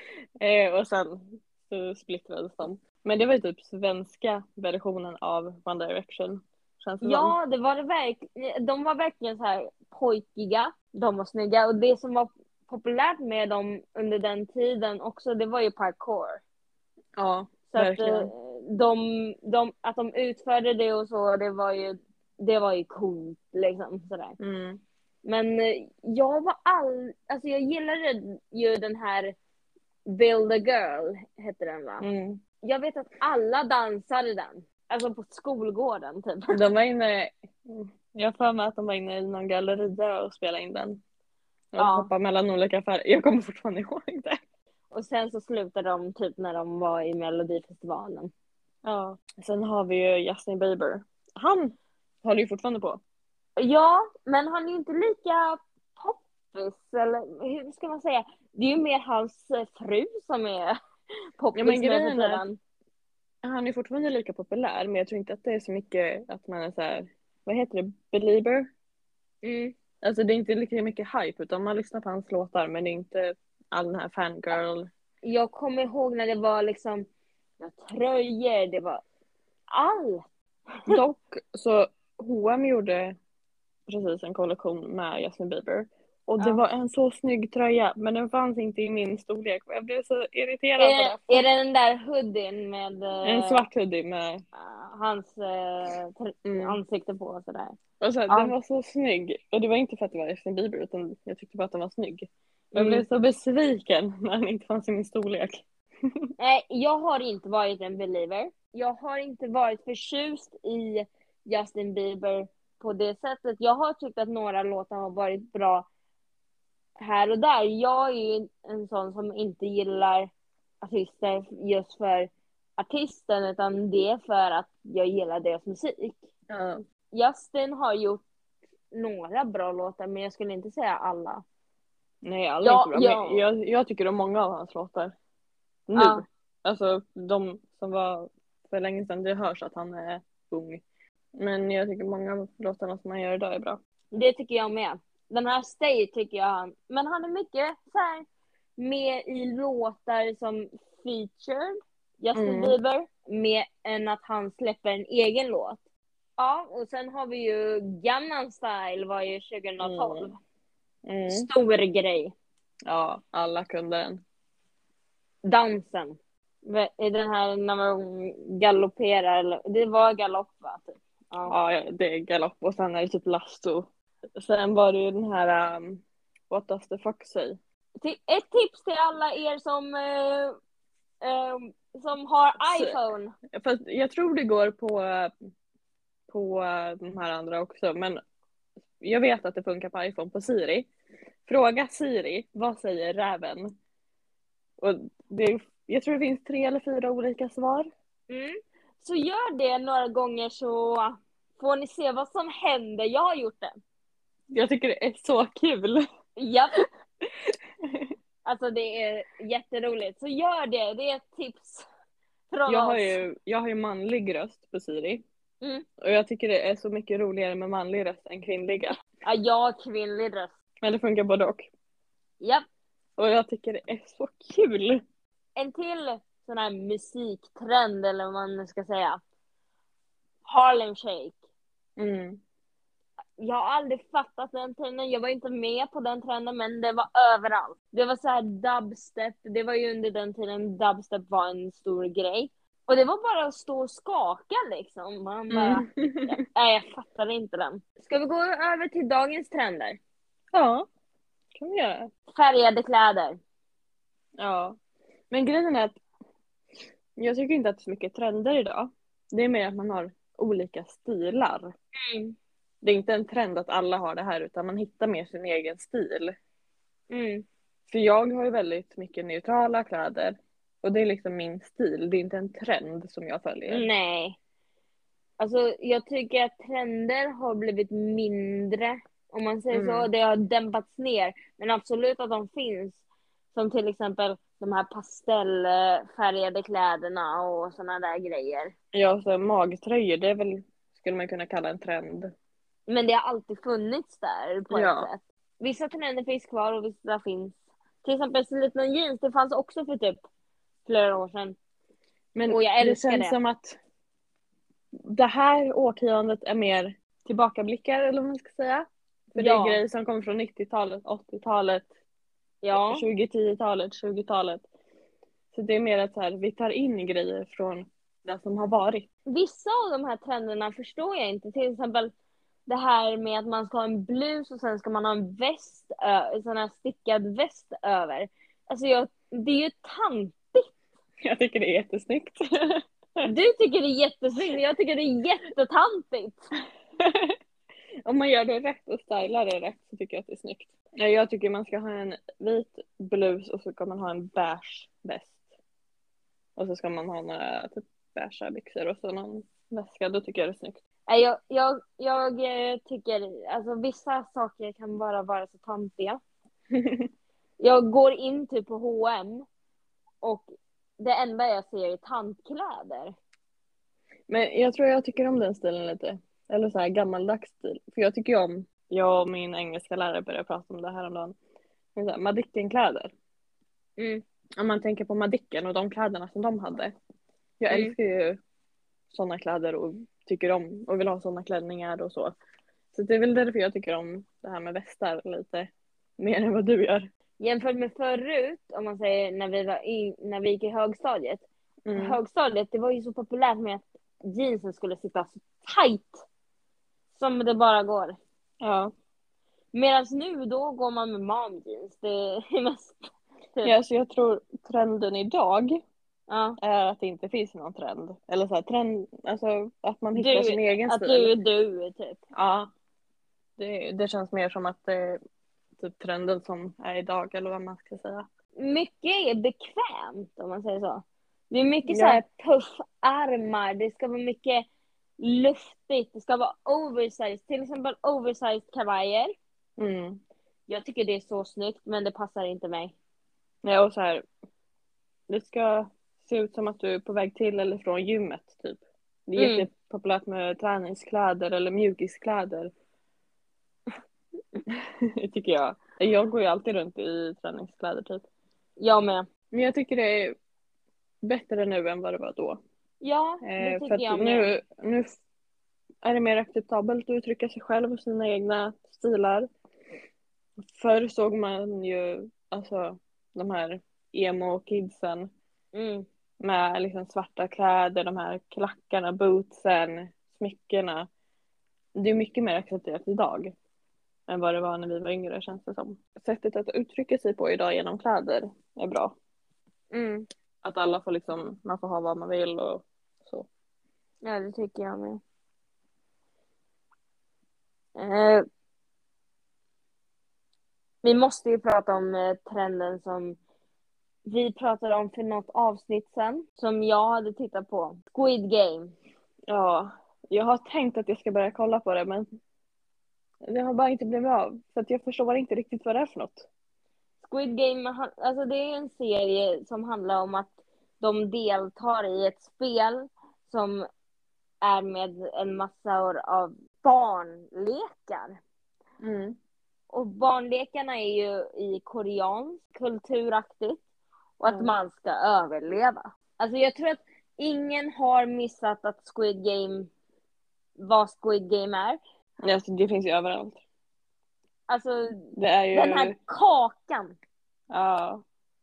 eh, och sen så splittrades de. Men det var ju typ svenska versionen av One Direction. Känns det som. Ja, det var det verkligen. De var verkligen så här pojkiga. De var snygga. Och det som var populärt med dem under den tiden också, det var ju parkour. Ja, Så att, verkligen. eh, de, de, att de utförde det och så, det var ju, det var ju coolt liksom sådär. Mm. Men eh, jag var all, alltså jag gillade ju den här Build a Girl, hette den va? Mm. Jag vet att alla dansade den. Alltså på skolgården typ. De var inne, jag har för mig att de var inne i någon galleria och spelade in den. Och Ja. hoppade mellan olika färger. Jag kommer fortfarande ihåg det. Och sen så slutade de typ när de var i Melodifestivalen. Ja. Sen har vi ju Justin Bieber. Han håller ju fortfarande på. Ja, men han är ju inte lika poppis, eller hur ska man säga? Det är ju mer hans eh, fru som är poppis Ja, men nu för grejen är- tiden. Han är fortfarande lika populär, men jag tror inte att det är så mycket att man är så här, vad heter det, belieber? Mm. Alltså det är inte lika mycket hype, utan man lyssnar på hans låtar, men det är inte all den här fangirl. Jag kommer ihåg när det var liksom ja, tröjor, det var allt. Dock så H och M gjorde precis en kollektion med Justin Bieber. Och det Ja. var en så snygg tröja, men den fanns inte i min storlek. Jag blev så irriterad på Är, det. är det den där hoodien med eh, En svart hoodie med, hans eh, tr- Mm. ansikte på och sådär? och så här, Ja. den var så snygg. Och det var inte för att det var Justin Bieber, utan jag tyckte bara att den var snygg. Jag Mm. blev så besviken när den inte fanns i min storlek. Nej, jag har inte varit en believer. Jag har inte varit förtjust i Justin Bieber på det sättet. Jag har tyckt att några låtar har varit bra här och där. Jag är ju en sån som inte gillar artister just för artisten, utan det är för att jag gillar deras musik. Ja. Justin har gjort några bra låtar, men jag skulle inte säga alla. Nej, alla är Ja, inte bra. ja. Men jag, jag tycker om många av hans låtar. Nu. Ja. Alltså de som var för länge sedan, det hörs att han är ung. Men jag tycker många av låtarna som han gör idag är bra. Det tycker jag med. Den här Stay tycker jag han, men han är mycket så här med i låtar som featured Justin Mm. Bieber, mer än att han släpper en egen låt. Ja, och sen har vi ju Gangnam Style var ju tjugohundratolv. Mm. Stor grej. Ja, alla kunde den. Dansen. I den här när man galopperar, eller- det var galopp va? Typ. Ja. Ja, det är galopp och sen är det typ lasso. Sen var det ju den här um, What does the fox say? Ti- Ett tips till alla er som, eh, eh, som har Så- iPhone. Fast jag tror det går på, på de här andra också, men jag vet att det funkar på iPhone, på Siri. Fråga Siri, vad säger räven? Och det, jag tror det finns tre eller fyra olika svar. Mm. Så gör det några gånger så får ni se vad som händer. Jag har gjort det. Jag tycker det är så kul. Japp. Alltså det är jätteroligt. Så gör det. Det är ett tips Från Jag har oss. ju, jag har ju manlig röst på Siri. Mm. Och jag tycker det är så mycket roligare med manlig röst än kvinnliga. Ja, jag har kvinnlig röst. Men det funkar både och. Japp. Och jag tycker det är så kul. En till sån här musiktrend eller vad man nu ska säga. Harlem Shake. Mm. Jag har aldrig fattat den trenden. Jag var inte med på den trenden, men det var överallt. Det var så här dubstep. Det var ju under den tiden dubstep var en stor grej. Och det var bara att stå och skaka liksom. Man bara, Mm. ja, nej jag fattade inte den. Ska vi gå över till dagens trender? Ja, kan vi göra. Färgade kläder. Ja. Men grejen är att jag tycker inte att det är så mycket trender idag. Det är mer att man har olika stilar. Mm. Det är inte en trend att alla har det här utan man hittar mer sin egen stil. Mm. För jag har ju väldigt mycket neutrala kläder. Och det är liksom min stil. Det är inte en trend som jag följer. Nej. Alltså jag tycker att trender har blivit mindre. Om man säger Mm. så. Det har dämpats ner. Men absolut att de finns. Som till exempel de här pastellfärgade kläderna och såna där grejer. Ja, så magtröjor, det är väl, skulle man kunna kalla en trend. Men det har alltid funnits där på Ja. ett sätt. Vissa trender finns kvar och vissa finns. Till exempel slitna jeans, det fanns också för typ flera år sedan. Men Och jag det älskar känns det. som att det här årtiondet är mer tillbakablickar eller vad man ska säga. För det Ja. är grejer som kommer från nittiotalet, åttiotalet, Ja. tjugo-tio-talet, tjugotalet. Så det är mer att så här, vi tar in grejer från det som har varit. Vissa av de här trenderna förstår jag inte. Till exempel det här med att man ska ha en blus och sen ska man ha en väst, en sån här stickad väst över. Alltså jag, det är ju tantigt. Jag tycker det är jättesnyggt. Du tycker det är jättesnyggt, jag tycker det är jättetantigt. Om man gör det rätt och stylar det rätt så tycker jag att det är snyggt. Ja, jag tycker man ska ha en vit blus och så ska man ha en beige väst. Och så ska man ha några typ beigea byxor och så någon väska. Då tycker jag det är snyggt. Nej, Jag, jag, jag eh, tycker, alltså vissa saker kan bara vara så tantiga. Jag går in typ på H och M och det enda jag ser är tantkläder. Men jag tror jag tycker om den stilen lite. Eller så här gammaldags stil. För jag tycker ju om, jag och min engelska lärare började prata om det här om dagen. Madicken-kläder. Mm. Om man tänker på Madicken och de kläderna som de hade. Jag Mm. älskar ju sådana kläder och tycker om och vill ha sådana klänningar och så. Så det är väl därför jag tycker om det här med västar lite mer än vad du gör. Jämfört med förut, om man säger när vi, var i, när vi gick i högstadiet. Mm. Högstadiet, det var ju så populärt med att jeansen skulle sitta så tight som det bara går. Ja. Medan nu då går man med mom jeans. Det är mest typ. Ja, så jag tror trenden idag Ja. är att det inte finns någon trend. Eller så här, trend, alltså att man hittar Du, sin egen att stil. du är du typ. Ja. Det, det känns mer som att det är typ trenden som är idag eller vad man ska säga. Mycket är bekvämt om man säger så. Det är mycket Ja. så här puffarmar. Det ska vara mycket luftigt. Det ska vara oversized. Till exempel oversized kavajer. Mm. Jag tycker det är så snyggt men det passar inte mig. Ja, och så här. Det ska se ut som att du är på väg till eller från gymmet typ. Det är Mm. jättepopulärt med träningskläder eller mjukiskläder. Tycker jag. Jag går ju alltid runt i träningskläder typ. Jag med. Men jag tycker det är bättre nu än vad det var då. Ja, det Eh, tycker för att jag med. nu, nu är det mer acceptabelt att uttrycka sig själv och sina egna stilar. Förr såg man ju alltså de här emo-kidsen Mm. med liksom svarta kläder, de här klackarna, bootsen, smyckena. Det är mycket mer accepterat idag än vad det var när vi var yngre, känns det som. Sättet att uttrycka sig på idag genom kläder är bra. Mm. Att alla får liksom, man får ha vad man vill och så. Ja, det tycker jag med. Eh, vi måste ju prata om eh, trenden som vi pratade om för något avsnitt sen. Som jag hade tittat på. Squid Game. Ja, jag har tänkt att jag ska börja kolla på det men det har bara inte blivit av. För att jag förstår inte riktigt vad det är för något. Squid Game, han- alltså det är en serie som handlar om att de deltar i ett spel som är med en massa år av barnlekar. Mm. Och barnlekarna är ju i koreansk kulturaktigt. Och att Mm. man ska överleva. Alltså jag tror att ingen har missat att Squid Game, vad Squid Game är. Alltså, det finns ju överallt. Alltså Det är ju... den här kakan. Ja.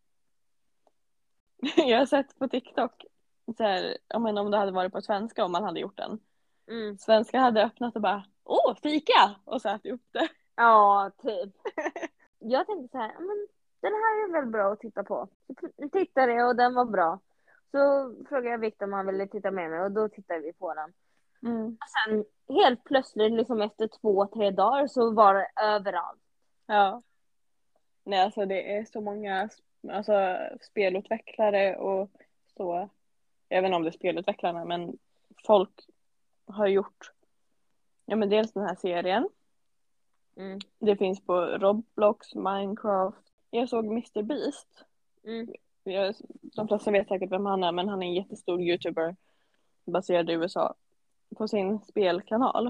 Jag har sett på TikTok, så här, jag menar, om det hade varit på svenska om man hade gjort den. Mm. Svenska hade öppnat och bara, åh, fika! Och så ätit upp det. Ja, typ. Jag tänkte så här, men den här är väl bra att titta på. Så tittade jag och den var bra. Så frågade jag Victor om han ville titta med mig och då tittade vi på den. Mm. Och sen helt plötsligt, liksom efter två, tre dagar så var det överallt. Ja. Nej, alltså det är så många alltså, spelutvecklare och så. Jag vet inte om det är spelutvecklarna, men folk har gjort, ja men dels den här serien. Mm. Det finns på Roblox, Minecraft. Jag såg mister Beast. Mm. Jag, de flesta vet säkert vem han är, men han är en jättestor YouTuber baserad i U S A. På sin spelkanal.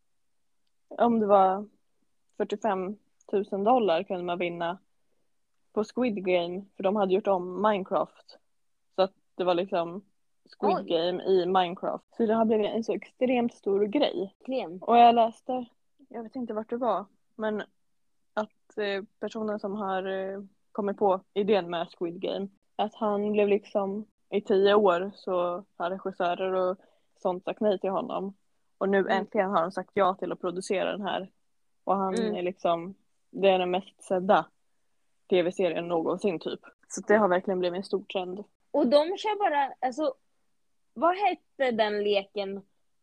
Om det var fyrtiofem tusen dollar kunde man vinna på Squid Game, för de hade gjort om Minecraft. Så att det var liksom Squid Oj. Game i Minecraft. Så det har blivit en så extremt stor grej. Klen. Och jag läste, jag vet inte vart det var, men att eh, personen som har eh, kommit på idén med Squid Game, att han blev liksom i tio år så har regissörer och sånt sagt nej till honom. Och nu Mm. äntligen har de sagt ja till att producera den här. Och han Mm. är liksom, det är den mest sedda tv-serien någonsin typ. Så det har verkligen blivit en stor trend. Och de kör bara, alltså, vad hette den leken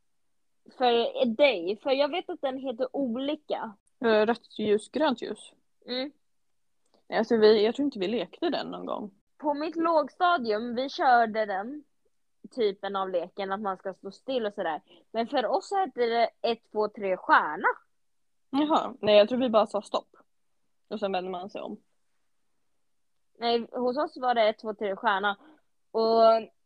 för dig? För jag vet att den heter olika. Eh, Rött ljus, grönt ljus. Mm. Alltså vi, jag tror inte vi lekte den någon gång. På mitt lågstadium, vi körde den typen av leken, att man ska stå still och sådär. Men för oss hette det ett, två, tre stjärna. Jaha, nej jag tror vi bara sa stopp. Och sen vände man sig om. Nej, hos oss var det ett, två, tre stjärna. Och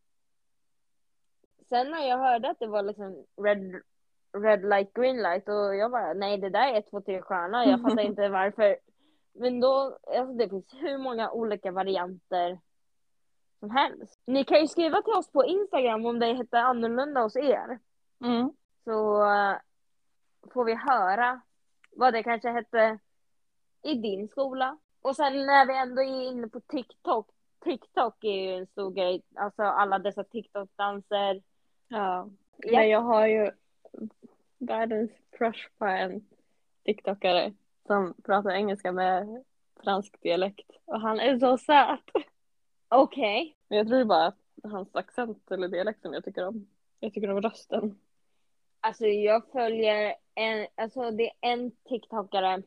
sen när jag hörde att det var liksom red, red light, green light, och jag bara, nej det där är ett, två, tre stjärna. Jag fattar inte varför. Men då, alltså det finns hur många olika varianter som helst. Ni kan ju skriva till oss på Instagram om det heter annorlunda hos er. Mm. Så uh, får vi höra vad det kanske hette i din skola. Och sen när vi ändå är inne på TikTok. TikTok är ju en stor grej. Alltså alla dessa TikTok-danser. Ja. Ja. Men jag har ju världens crush på en TikTokare som pratar engelska med fransk dialekt. Och han är så söt. Okej. Okay. Men jag tror det bara att hans accent eller dialekt som jag tycker om. Jag tycker om rösten. Alltså jag följer en, alltså det är en TikTokare.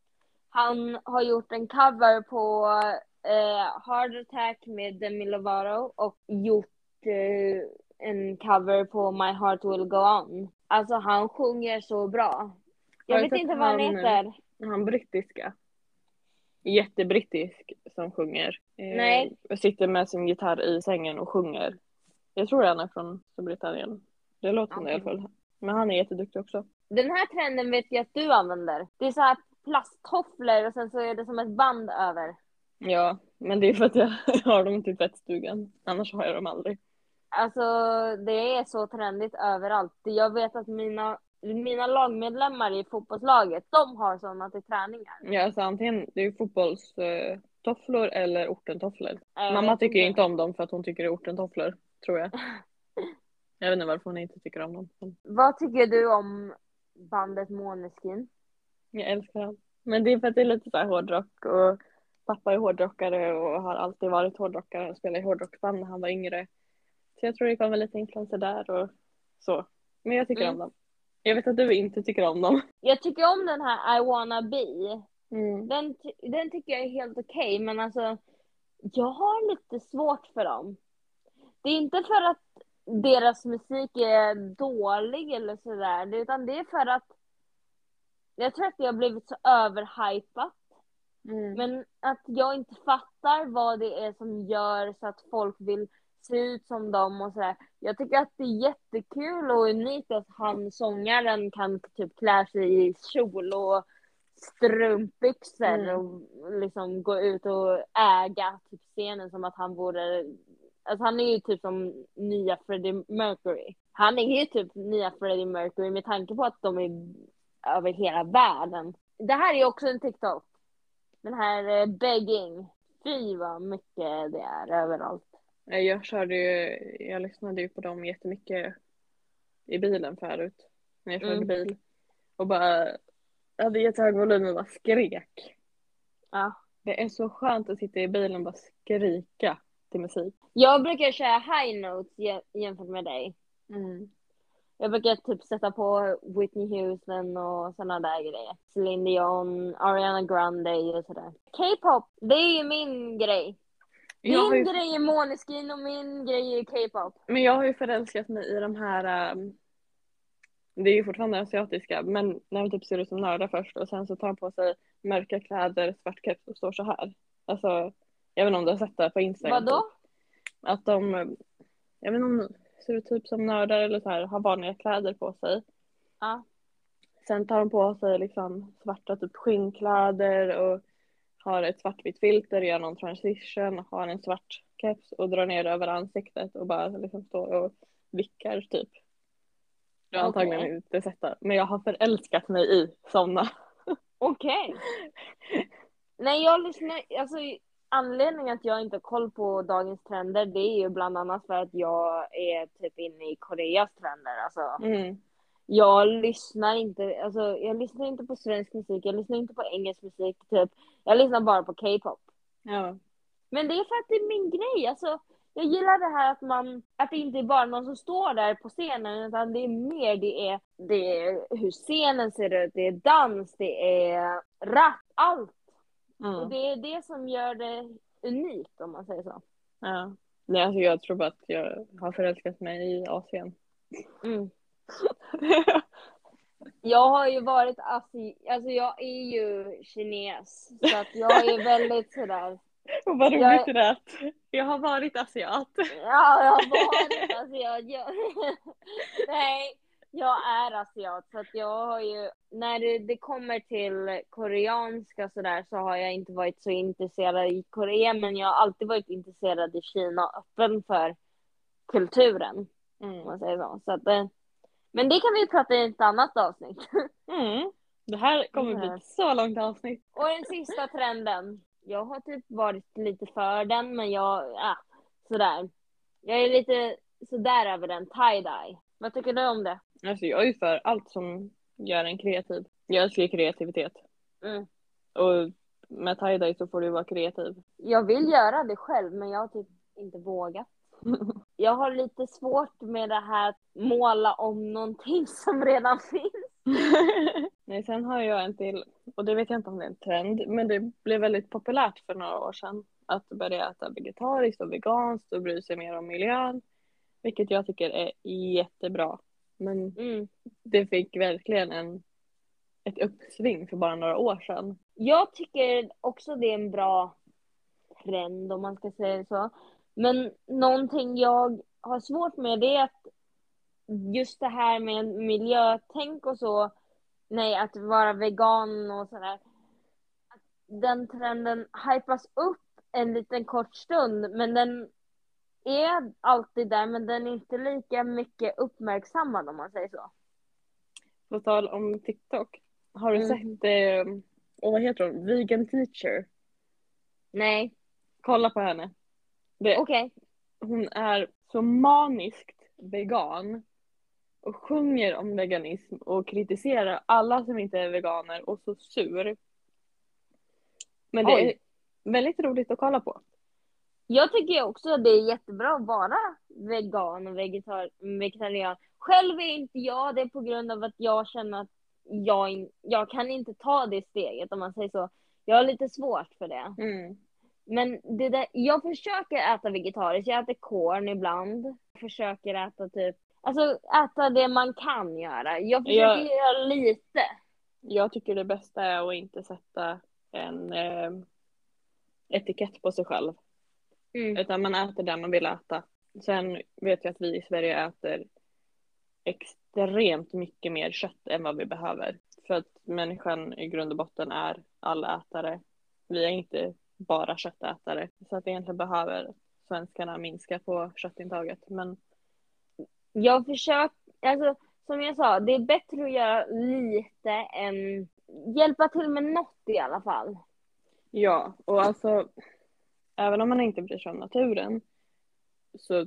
Han har gjort en cover på uh, Heart Attack med Demi Lovato och gjort uh, en cover på My Heart Will Go On. Alltså han sjunger så bra. Jag vet inte vad han heter. Han brittiska. Jättebrittisk som sjunger. Nej. Eh, sitter med sin gitarr i sängen och sjunger. Jag tror han är från Storbritannien. Det låter som det i alla fall. Men han är jätteduktig också. Den här trenden vet jag att du använder. Det är så här plasttofflor och sen så är det som ett band över. Ja, men det är för att jag har dem till tvättstugan. Annars har jag dem aldrig. Alltså det är så trendigt överallt. Jag vet att mina, mina lagmedlemmar i fotbollslaget, de har sådana till träningar. Ja, alltså antingen det är fotbollstofflor eller ortentofflor. Jag Mamma tycker inte. inte om dem för att hon tycker det är ortentofflor, tror jag. Jag vet inte varför hon inte tycker om dem. Vad tycker du om bandet Måneskin? Jag älskar dem. Men det är för att det är lite så här hårdrock och pappa är hårdrockare och har alltid varit hårdrockare och spelar i hårdrocksband när han var yngre. Så jag tror det kommer lite influenser där och så. Men jag tycker Mm. om dem. Jag vet att du inte tycker om dem. Jag tycker om den här I wanna be. Mm. Den, den tycker jag är helt okej, men alltså jag har lite svårt för dem. Det är inte för att deras musik är dålig eller sådär, utan det är för att jag tror att det har blivit så överhypat. Mm. Men att jag inte fattar vad det är som gör så att folk vill se ut som dem och sådär. Jag tycker att det är jättekul och unikt att han, sångaren, kan typ klä sig i kjol och strumpbyxor Mm. och liksom gå ut och äga typ scenen som att han vore, alltså han är ju typ som nya Freddie Mercury. Han är ju typ nya Freddie Mercury med tanke på att de är över hela världen. Det här är också en TikTok. Den här eh, begging. Fy vad mycket det är överallt. Jag körde ju, jag lyssnade ju på dem jättemycket i bilen förut. När jag körde Mm. bil. Och bara, jag hade jättehög volym och bara skrek. Ja. Det är så skönt att sitta i bilen och bara skrika till musik. Jag brukar köra high notes jä- jämfört med dig. Mm. Jag brukar typ sätta på Whitney Houston och såna där grejer. Celine Dion, Ariana Grande och sådär. K-pop, det är ju min grej. Din Jag har ju, grej är Måneskin och min grej är K-pop. men jag har ju förälskat mig i de här, um, det är ju fortfarande asiatiska, men när de typ ser ut som nördar först och sen så tar de på sig mörka kläder, svart keps och står så här. Alltså, jag vet inte om du har sett det på Instagram. Vadå? Typ. Att de, jag vet inte om de ser ut typ som nördar eller så här, har vanliga kläder på sig. Ja. Sen tar de på sig liksom svarta typ skinnkläder och har ett svartvitt filter, gör någon transition, har en svart keps och drar ner över ansiktet och bara liksom står och vickar typ. Jag har Okej. antagligen inte sett det, men jag har förälskat mig i sådana. Okej. Nej, jag lyssnar, alltså anledningen att jag inte har koll på dagens trender, det är ju bland annat för att jag är typ inne i Koreas trender. Alltså, Mm. jag lyssnar inte, alltså jag lyssnar inte på svensk musik, jag lyssnar inte på engelsk musik, typ. Jag lyssnar bara på K-pop. Ja. Men det är för att det är min grej, alltså. Jag gillar det här att man, att det inte är bara någon som står där på scenen, utan det är mer, det är, det är hur scenen ser ut, det är dans, det är rap, allt. Mm. Och det är det som gör det unikt, om man säger så. Ja. Nej, alltså jag tror bara att jag har förälskat mig i Asien. Mm. Jag har ju varit asi, alltså jag är ju kines, så att jag är väldigt sådär. Och vad roligt Jag- det är att jag har varit asiat. Ja, jag har varit asiat. Jag, nej, jag är asiat. Så att jag har ju, när det, det kommer till koreanska sådär, så har jag inte varit så intresserad i Korea. Men jag har alltid varit intresserad i Kina, öppen för kulturen, om Mm. man säger så. Så att, eh, men det kan vi prata i ett annat avsnitt. Mm. Det här kommer bli ett så långt avsnitt. Och den sista trenden. Jag har typ varit lite för den, men jag, ja, sådär. Jag är lite sådär över den, tie-dye. Vad tycker du om det? Alltså jag är ju för allt som gör en kreativ. Jag älskar kreativitet. Mm. Och med tie-dye så får du vara kreativ. Jag vill göra det själv, men jag har typ inte vågat. Jag har lite svårt med det här att måla om någonting som redan finns. Nej, sen har jag en till, och det vet jag inte om det är en trend, men det blev väldigt populärt för några år sedan att börja äta vegetariskt och veganskt och bry sig mer om miljön, vilket jag tycker är jättebra. Men Mm. det fick verkligen en, ett uppsving för bara några år sedan. Jag tycker också det är en bra trend, om man ska säga det så. Men någonting jag har svårt med, det är att just det här med miljötänk och så, nej, att vara vegan och sådär, att den trenden hypas upp en liten kort stund, men den är alltid där, men den är inte lika mycket uppmärksammad, om man säger så. På tal om TikTok, har du Mm. sett, eh, och vad heter hon, Vegan Teacher? Nej, Kolla på henne. Det, okej. hon är så maniskt vegan och sjunger om veganism och kritiserar alla som inte är veganer och så sur. Men det Oj. är väldigt roligt att kolla på. Jag tycker också att det är jättebra att vara vegan och vegetar- vegetarian. Själv är inte jag det på grund av att jag känner att jag, in- jag kan inte ta det steget, om man säger så. Jag har lite svårt för det. Mm. Men det där, jag försöker äta vegetariskt. Jag äter korn ibland. Jag försöker äta typ, alltså äta det man kan göra. Jag försöker Jag- göra lite. Jag tycker det bästa är att inte sätta en eh, etikett på sig själv. Mm. Utan man äter det man vill äta. Sen vet jag att vi i Sverige äter extremt mycket mer kött än vad vi behöver. För att människan i grund och botten är allätare. Vi är inte bara köttätare. Så att egentligen behöver svenskarna minska på köttintaget. Men Jag försöker, alltså som jag sa, det är bättre att göra lite än hjälpa till med något i alla fall. ja, och alltså även om man inte bryr sig om naturen så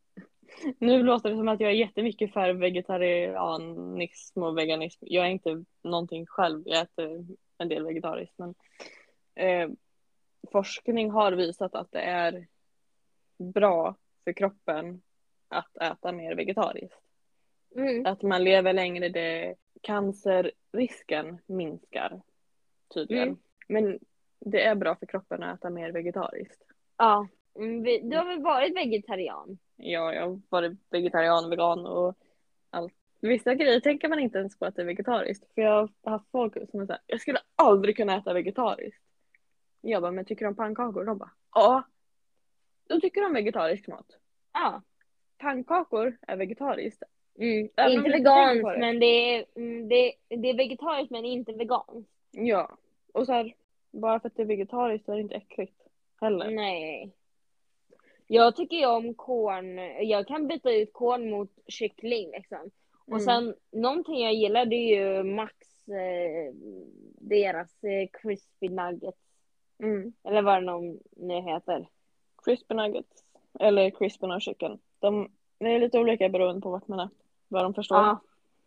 nu låter det som att jag är jättemycket för vegetarianism och veganism. Jag är inte någonting själv, jag äter en del vegetariskt. Men eh, forskning har visat att det är bra för kroppen att äta mer vegetariskt. Mm. Att man lever längre, det cancerrisken minskar tydligen. Mm. Men det är bra för kroppen att äta mer vegetariskt. Ja, mm, vi- du har väl varit vegetarian? Ja, jag har varit vegetarian, vegan och allt. Vissa grejer tänker man inte ens på att det är vegetariskt. För jag har haft folk som är såhär, jag skulle aldrig kunna äta vegetariskt. Jag bara, men tycker de om pannkakor? De bara, ja. Då tycker de vegetarisk mat. Ja. Pannkakor är vegetariskt. Mm. Även om Inte du inte tänker på veganskt, det. men det är, mm, det, det är vegetariskt men inte veganskt. Ja. Och så här, bara för att det är vegetariskt så är det inte äckligt heller. Nej. Jag tycker ju om korn. Jag kan byta ut korn mot kyckling liksom. Och Mm. sen någonting jag gillar det är ju Max eh, deras eh, crispy nuggets. Mm. Eller vad de nu heter. Crispy nuggets. Eller crispy no chicken. De det är lite olika beroende på vart man är. Vad de förstår. Ja.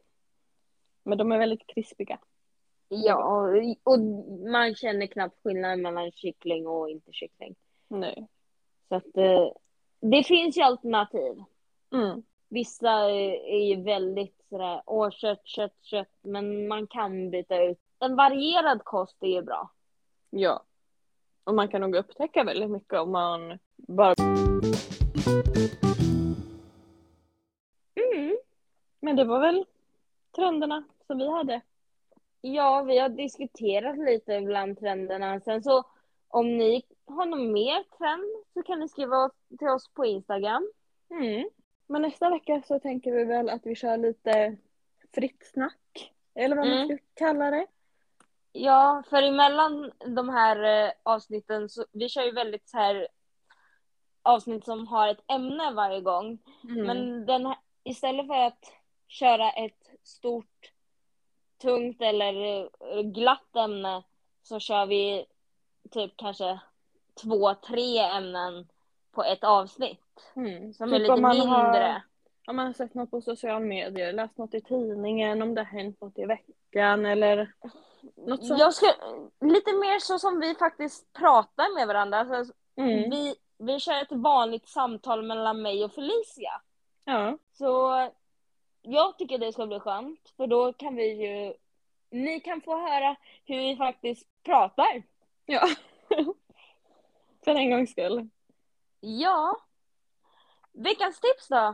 Men de är väldigt krispiga. Ja, och, och man känner knappt skillnaden mellan kyckling och inte kyckling. Nej. Så att eh, det finns ju alternativ. Mm. Vissa är, är ju väldigt sådär, åh kött, kött, kött. Men man kan byta ut. En varierad kost är ju bra. Ja. Och man kan nog upptäcka väldigt mycket om man bara... Mm. Men det var väl trenderna som vi hade. Ja, vi har diskuterat lite bland trenderna. Sen så om ni har någon mer trend så kan ni skriva till oss på Instagram. Mm. Men nästa vecka så tänker vi väl att vi kör lite fritt snack. Eller vad man Mm. ska kalla det. Ja, för emellan de här eh, avsnitten så vi kör ju väldigt så här avsnitt som har ett ämne varje gång. Mm. Men den här, istället för att köra ett stort, tungt eller eh, glatt ämne så kör vi typ kanske två, tre ämnen på ett avsnitt. Mm. Som Typ är lite om man mindre. Har, om man har sett något på sociala medier, läst något i tidningen, om det har hänt något i veckan eller något sånt. Jag ska, lite mer så som vi faktiskt pratar med varandra. Alltså, Mm. vi, vi kör ett vanligt samtal mellan mig och Felicia. Ja. Så jag tycker det ska bli skönt. För då kan vi ju... Ni kan få höra hur vi faktiskt pratar. Ja. För en gångs skull. Ja. Veckans tips då?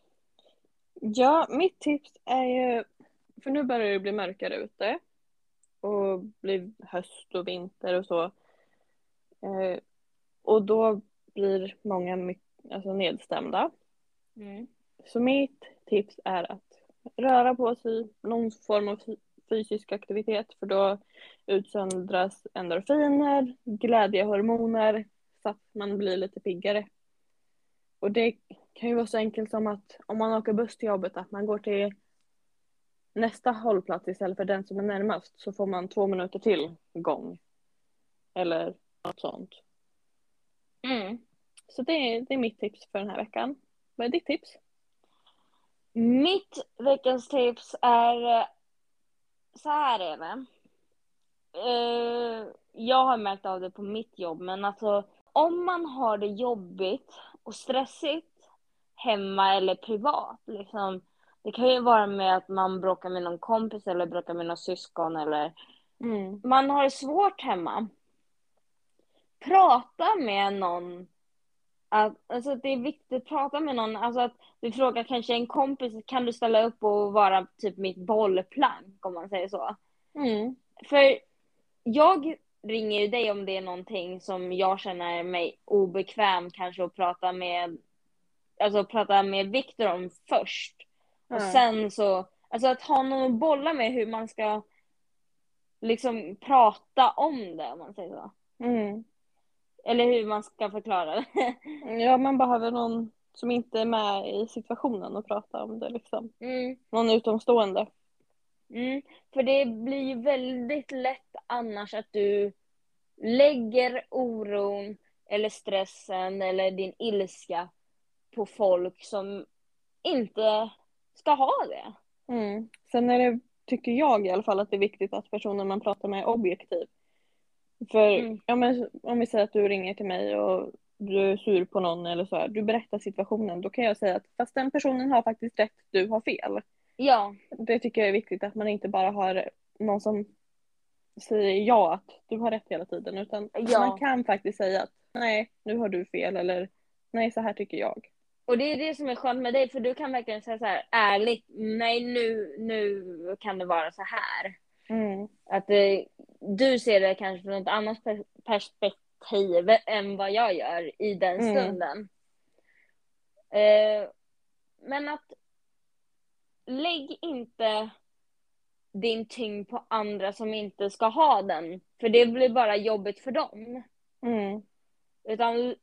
Ja, mitt tips är ju... För nu börjar det bli mörkare ute. Och bli höst och vinter och så. Eh, och då blir många mycket, alltså nedstämda. Mm. Så mitt tips är att röra på sig, någon form av fysisk aktivitet, för då utsöndras endorfiner, glädjehormoner, så att man blir lite piggare. Och det kan ju vara så enkelt som att om man åker buss till jobbet, att man går till nästa hållplats istället för den som är närmast, så får man två minuter till gång. Eller något sånt. Mm. Så det är, det är mitt tips för den här veckan. Vad är ditt tips? Mitt veckans tips är eh, så här är det. Eh, jag har märkt av det på mitt jobb, men alltså om man har det jobbigt och stressigt hemma eller privat, liksom, det kan ju vara med att man bråkar med någon kompis eller bråkar med någon syskon eller Mm. man har det svårt hemma. Prata med någon. Att, alltså det är viktigt att prata med någon. Alltså att du frågar kanske en kompis, kan du ställa upp och vara typ mitt bollplank, om man säger så. Mm. För jag ringer ju dig om det är någonting som jag känner mig obekväm kanske att prata med alltså prata med Viktor om först. Ja. Och sen så, alltså att ha någon att bolla med hur man ska liksom prata om det, om man säger så. Mm. Eller hur man ska förklara det. Ja, man behöver någon som inte är med i situationen och prata om det liksom. Mm. Någon utomstående. Mm. För det blir ju väldigt lätt annars att du lägger oron eller stressen eller din ilska på folk som inte ska ha det. Mm. Sen är det, tycker jag i alla fall, att det är viktigt att personen man pratar med är objektiv. För Mm. ja, men, om vi säger att du ringer till mig och du är sur på någon eller så här, du berättar situationen, då kan jag säga att fast den personen har faktiskt rätt, du har fel. Ja. Det tycker jag är viktigt, att man inte bara har någon som säger ja att du har rätt hela tiden, utan Ja. man kan faktiskt säga att nej, nu har du fel, eller nej, så här tycker jag. Och det är det som är skönt med dig, för du kan verkligen säga så här ärligt, nej nu, nu kan det vara så här. Mm. Att eh, du ser det kanske från ett annat per- perspektiv än vad jag gör i den Mm. stunden. Eh, men att lägg inte din tyngd på andra som inte ska ha den. För det blir bara jobbigt för dem. Mm. Utan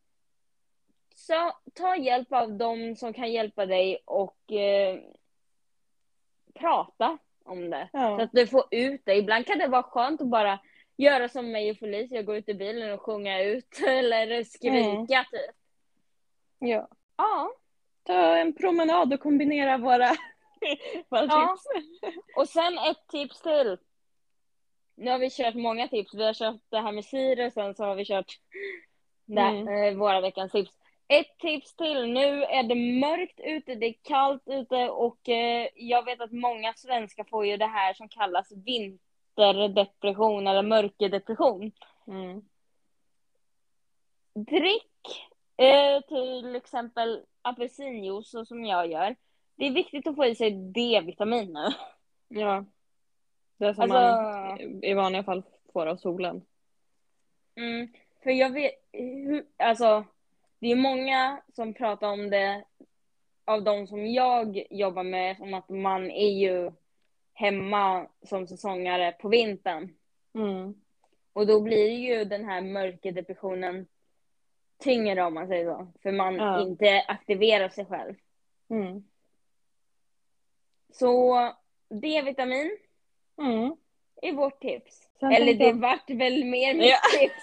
så, ta hjälp av dem som kan hjälpa dig och eh, prata om det. Ja. Så att du får ut det. Ibland kan det vara skönt att bara göra som mig och Felicia. Gå ut i bilen och sjunga ut. Eller skrika Mm. typ. Ja. Ja. Ta en promenad och kombinera våra, våra Ja. tips. Och sen ett tips till. Nu har vi kört många tips. Vi har kört det här med Siri och sen så har vi kört där, Mm. eh, våra veckans tips. Ett tips till. Nu är det mörkt ute, det är kallt ute och eh, jag vet att många svenskar får ju det här som kallas vinterdepression eller mörkerdepression. Mm. Drick eh, till exempel apelsinjuice så som jag gör. Det är viktigt att få i sig D-vitamin nu. Ja. Det som Alltså, man i vanliga fall får av solen. Mm, för jag vet, hur, alltså det är många som pratar om det av de som jag jobbar med, som att man är ju hemma som säsongare på vintern. Mm. Och då blir ju den här mörkerdepressionen tyngre om man säger så. För man Ja. inte aktiverar sig själv. Mm. Så D-vitamin Mm. är vårt tips. Sen Eller tänkte det jag- vart väl mer mitt Ja. tips.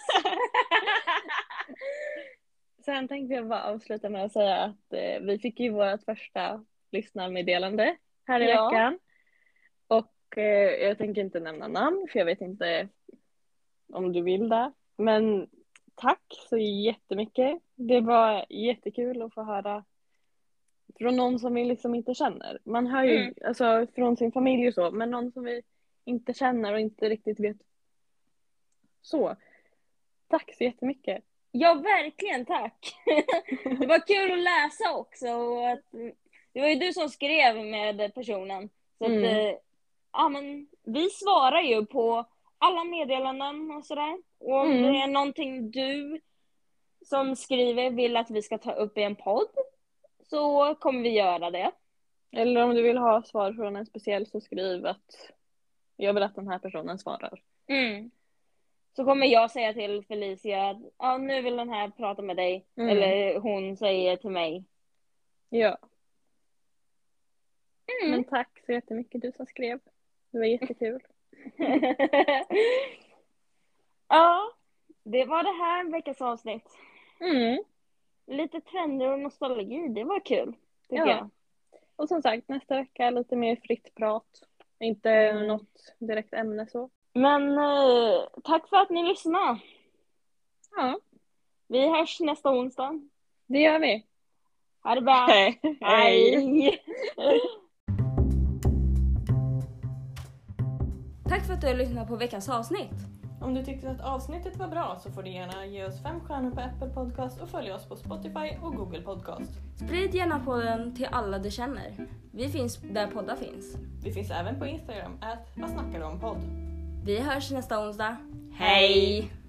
Sen tänkte jag bara avsluta med att säga att eh, vi fick ju vårt första lyssnarmeddelande här i Ja. veckan. Och eh, jag tänker inte nämna namn, för jag vet inte om du vill det. Men tack så jättemycket. Det var jättekul att få höra från någon som vi liksom inte känner. Man hör ju Mm. alltså, från sin familj och så, men någon som vi inte känner och inte riktigt vet. Så, tack så jättemycket. Ja, verkligen, tack. Det var kul att läsa också. Och att, det var ju du som skrev med personen. Så Mm. att, eh, ja, men vi svarar ju på alla meddelanden och sådär. Och om Mm. det är någonting du som skriver vill att vi ska ta upp i en podd, så kommer vi göra det. Eller om du vill ha svar från en speciell, så skriv att jag vill att den här personen svarar. Mm. Så kommer jag säga till Felicia att ja, nu vill den här prata med dig. Mm. Eller hon säger till mig. Ja. Mm. Men tack så jättemycket du som skrev. Det var jättekul. Ja, det var det här veckans avsnitt. Mm. Lite trender och nostalgi, det var kul. Tycker Ja. jag. Och som sagt, nästa vecka lite mer fritt prat. Inte Mm. något direkt ämne så. Men eh, tack för att ni lyssnade. Ja, Vi hörs nästa onsdag. det gör vi. Ha det bra. Hej. Hej. Tack för att du har lyssnat på veckans avsnitt. Om du tyckte att avsnittet var bra så får du gärna ge oss fem stjärnor på Apple Podcast och följa oss på Spotify och Google Podcast. Sprid gärna podden till alla du känner. Vi finns där poddar finns. Vi finns även på Instagram, att vad snackar du om podd. Vi hörs nästa onsdag. Hej.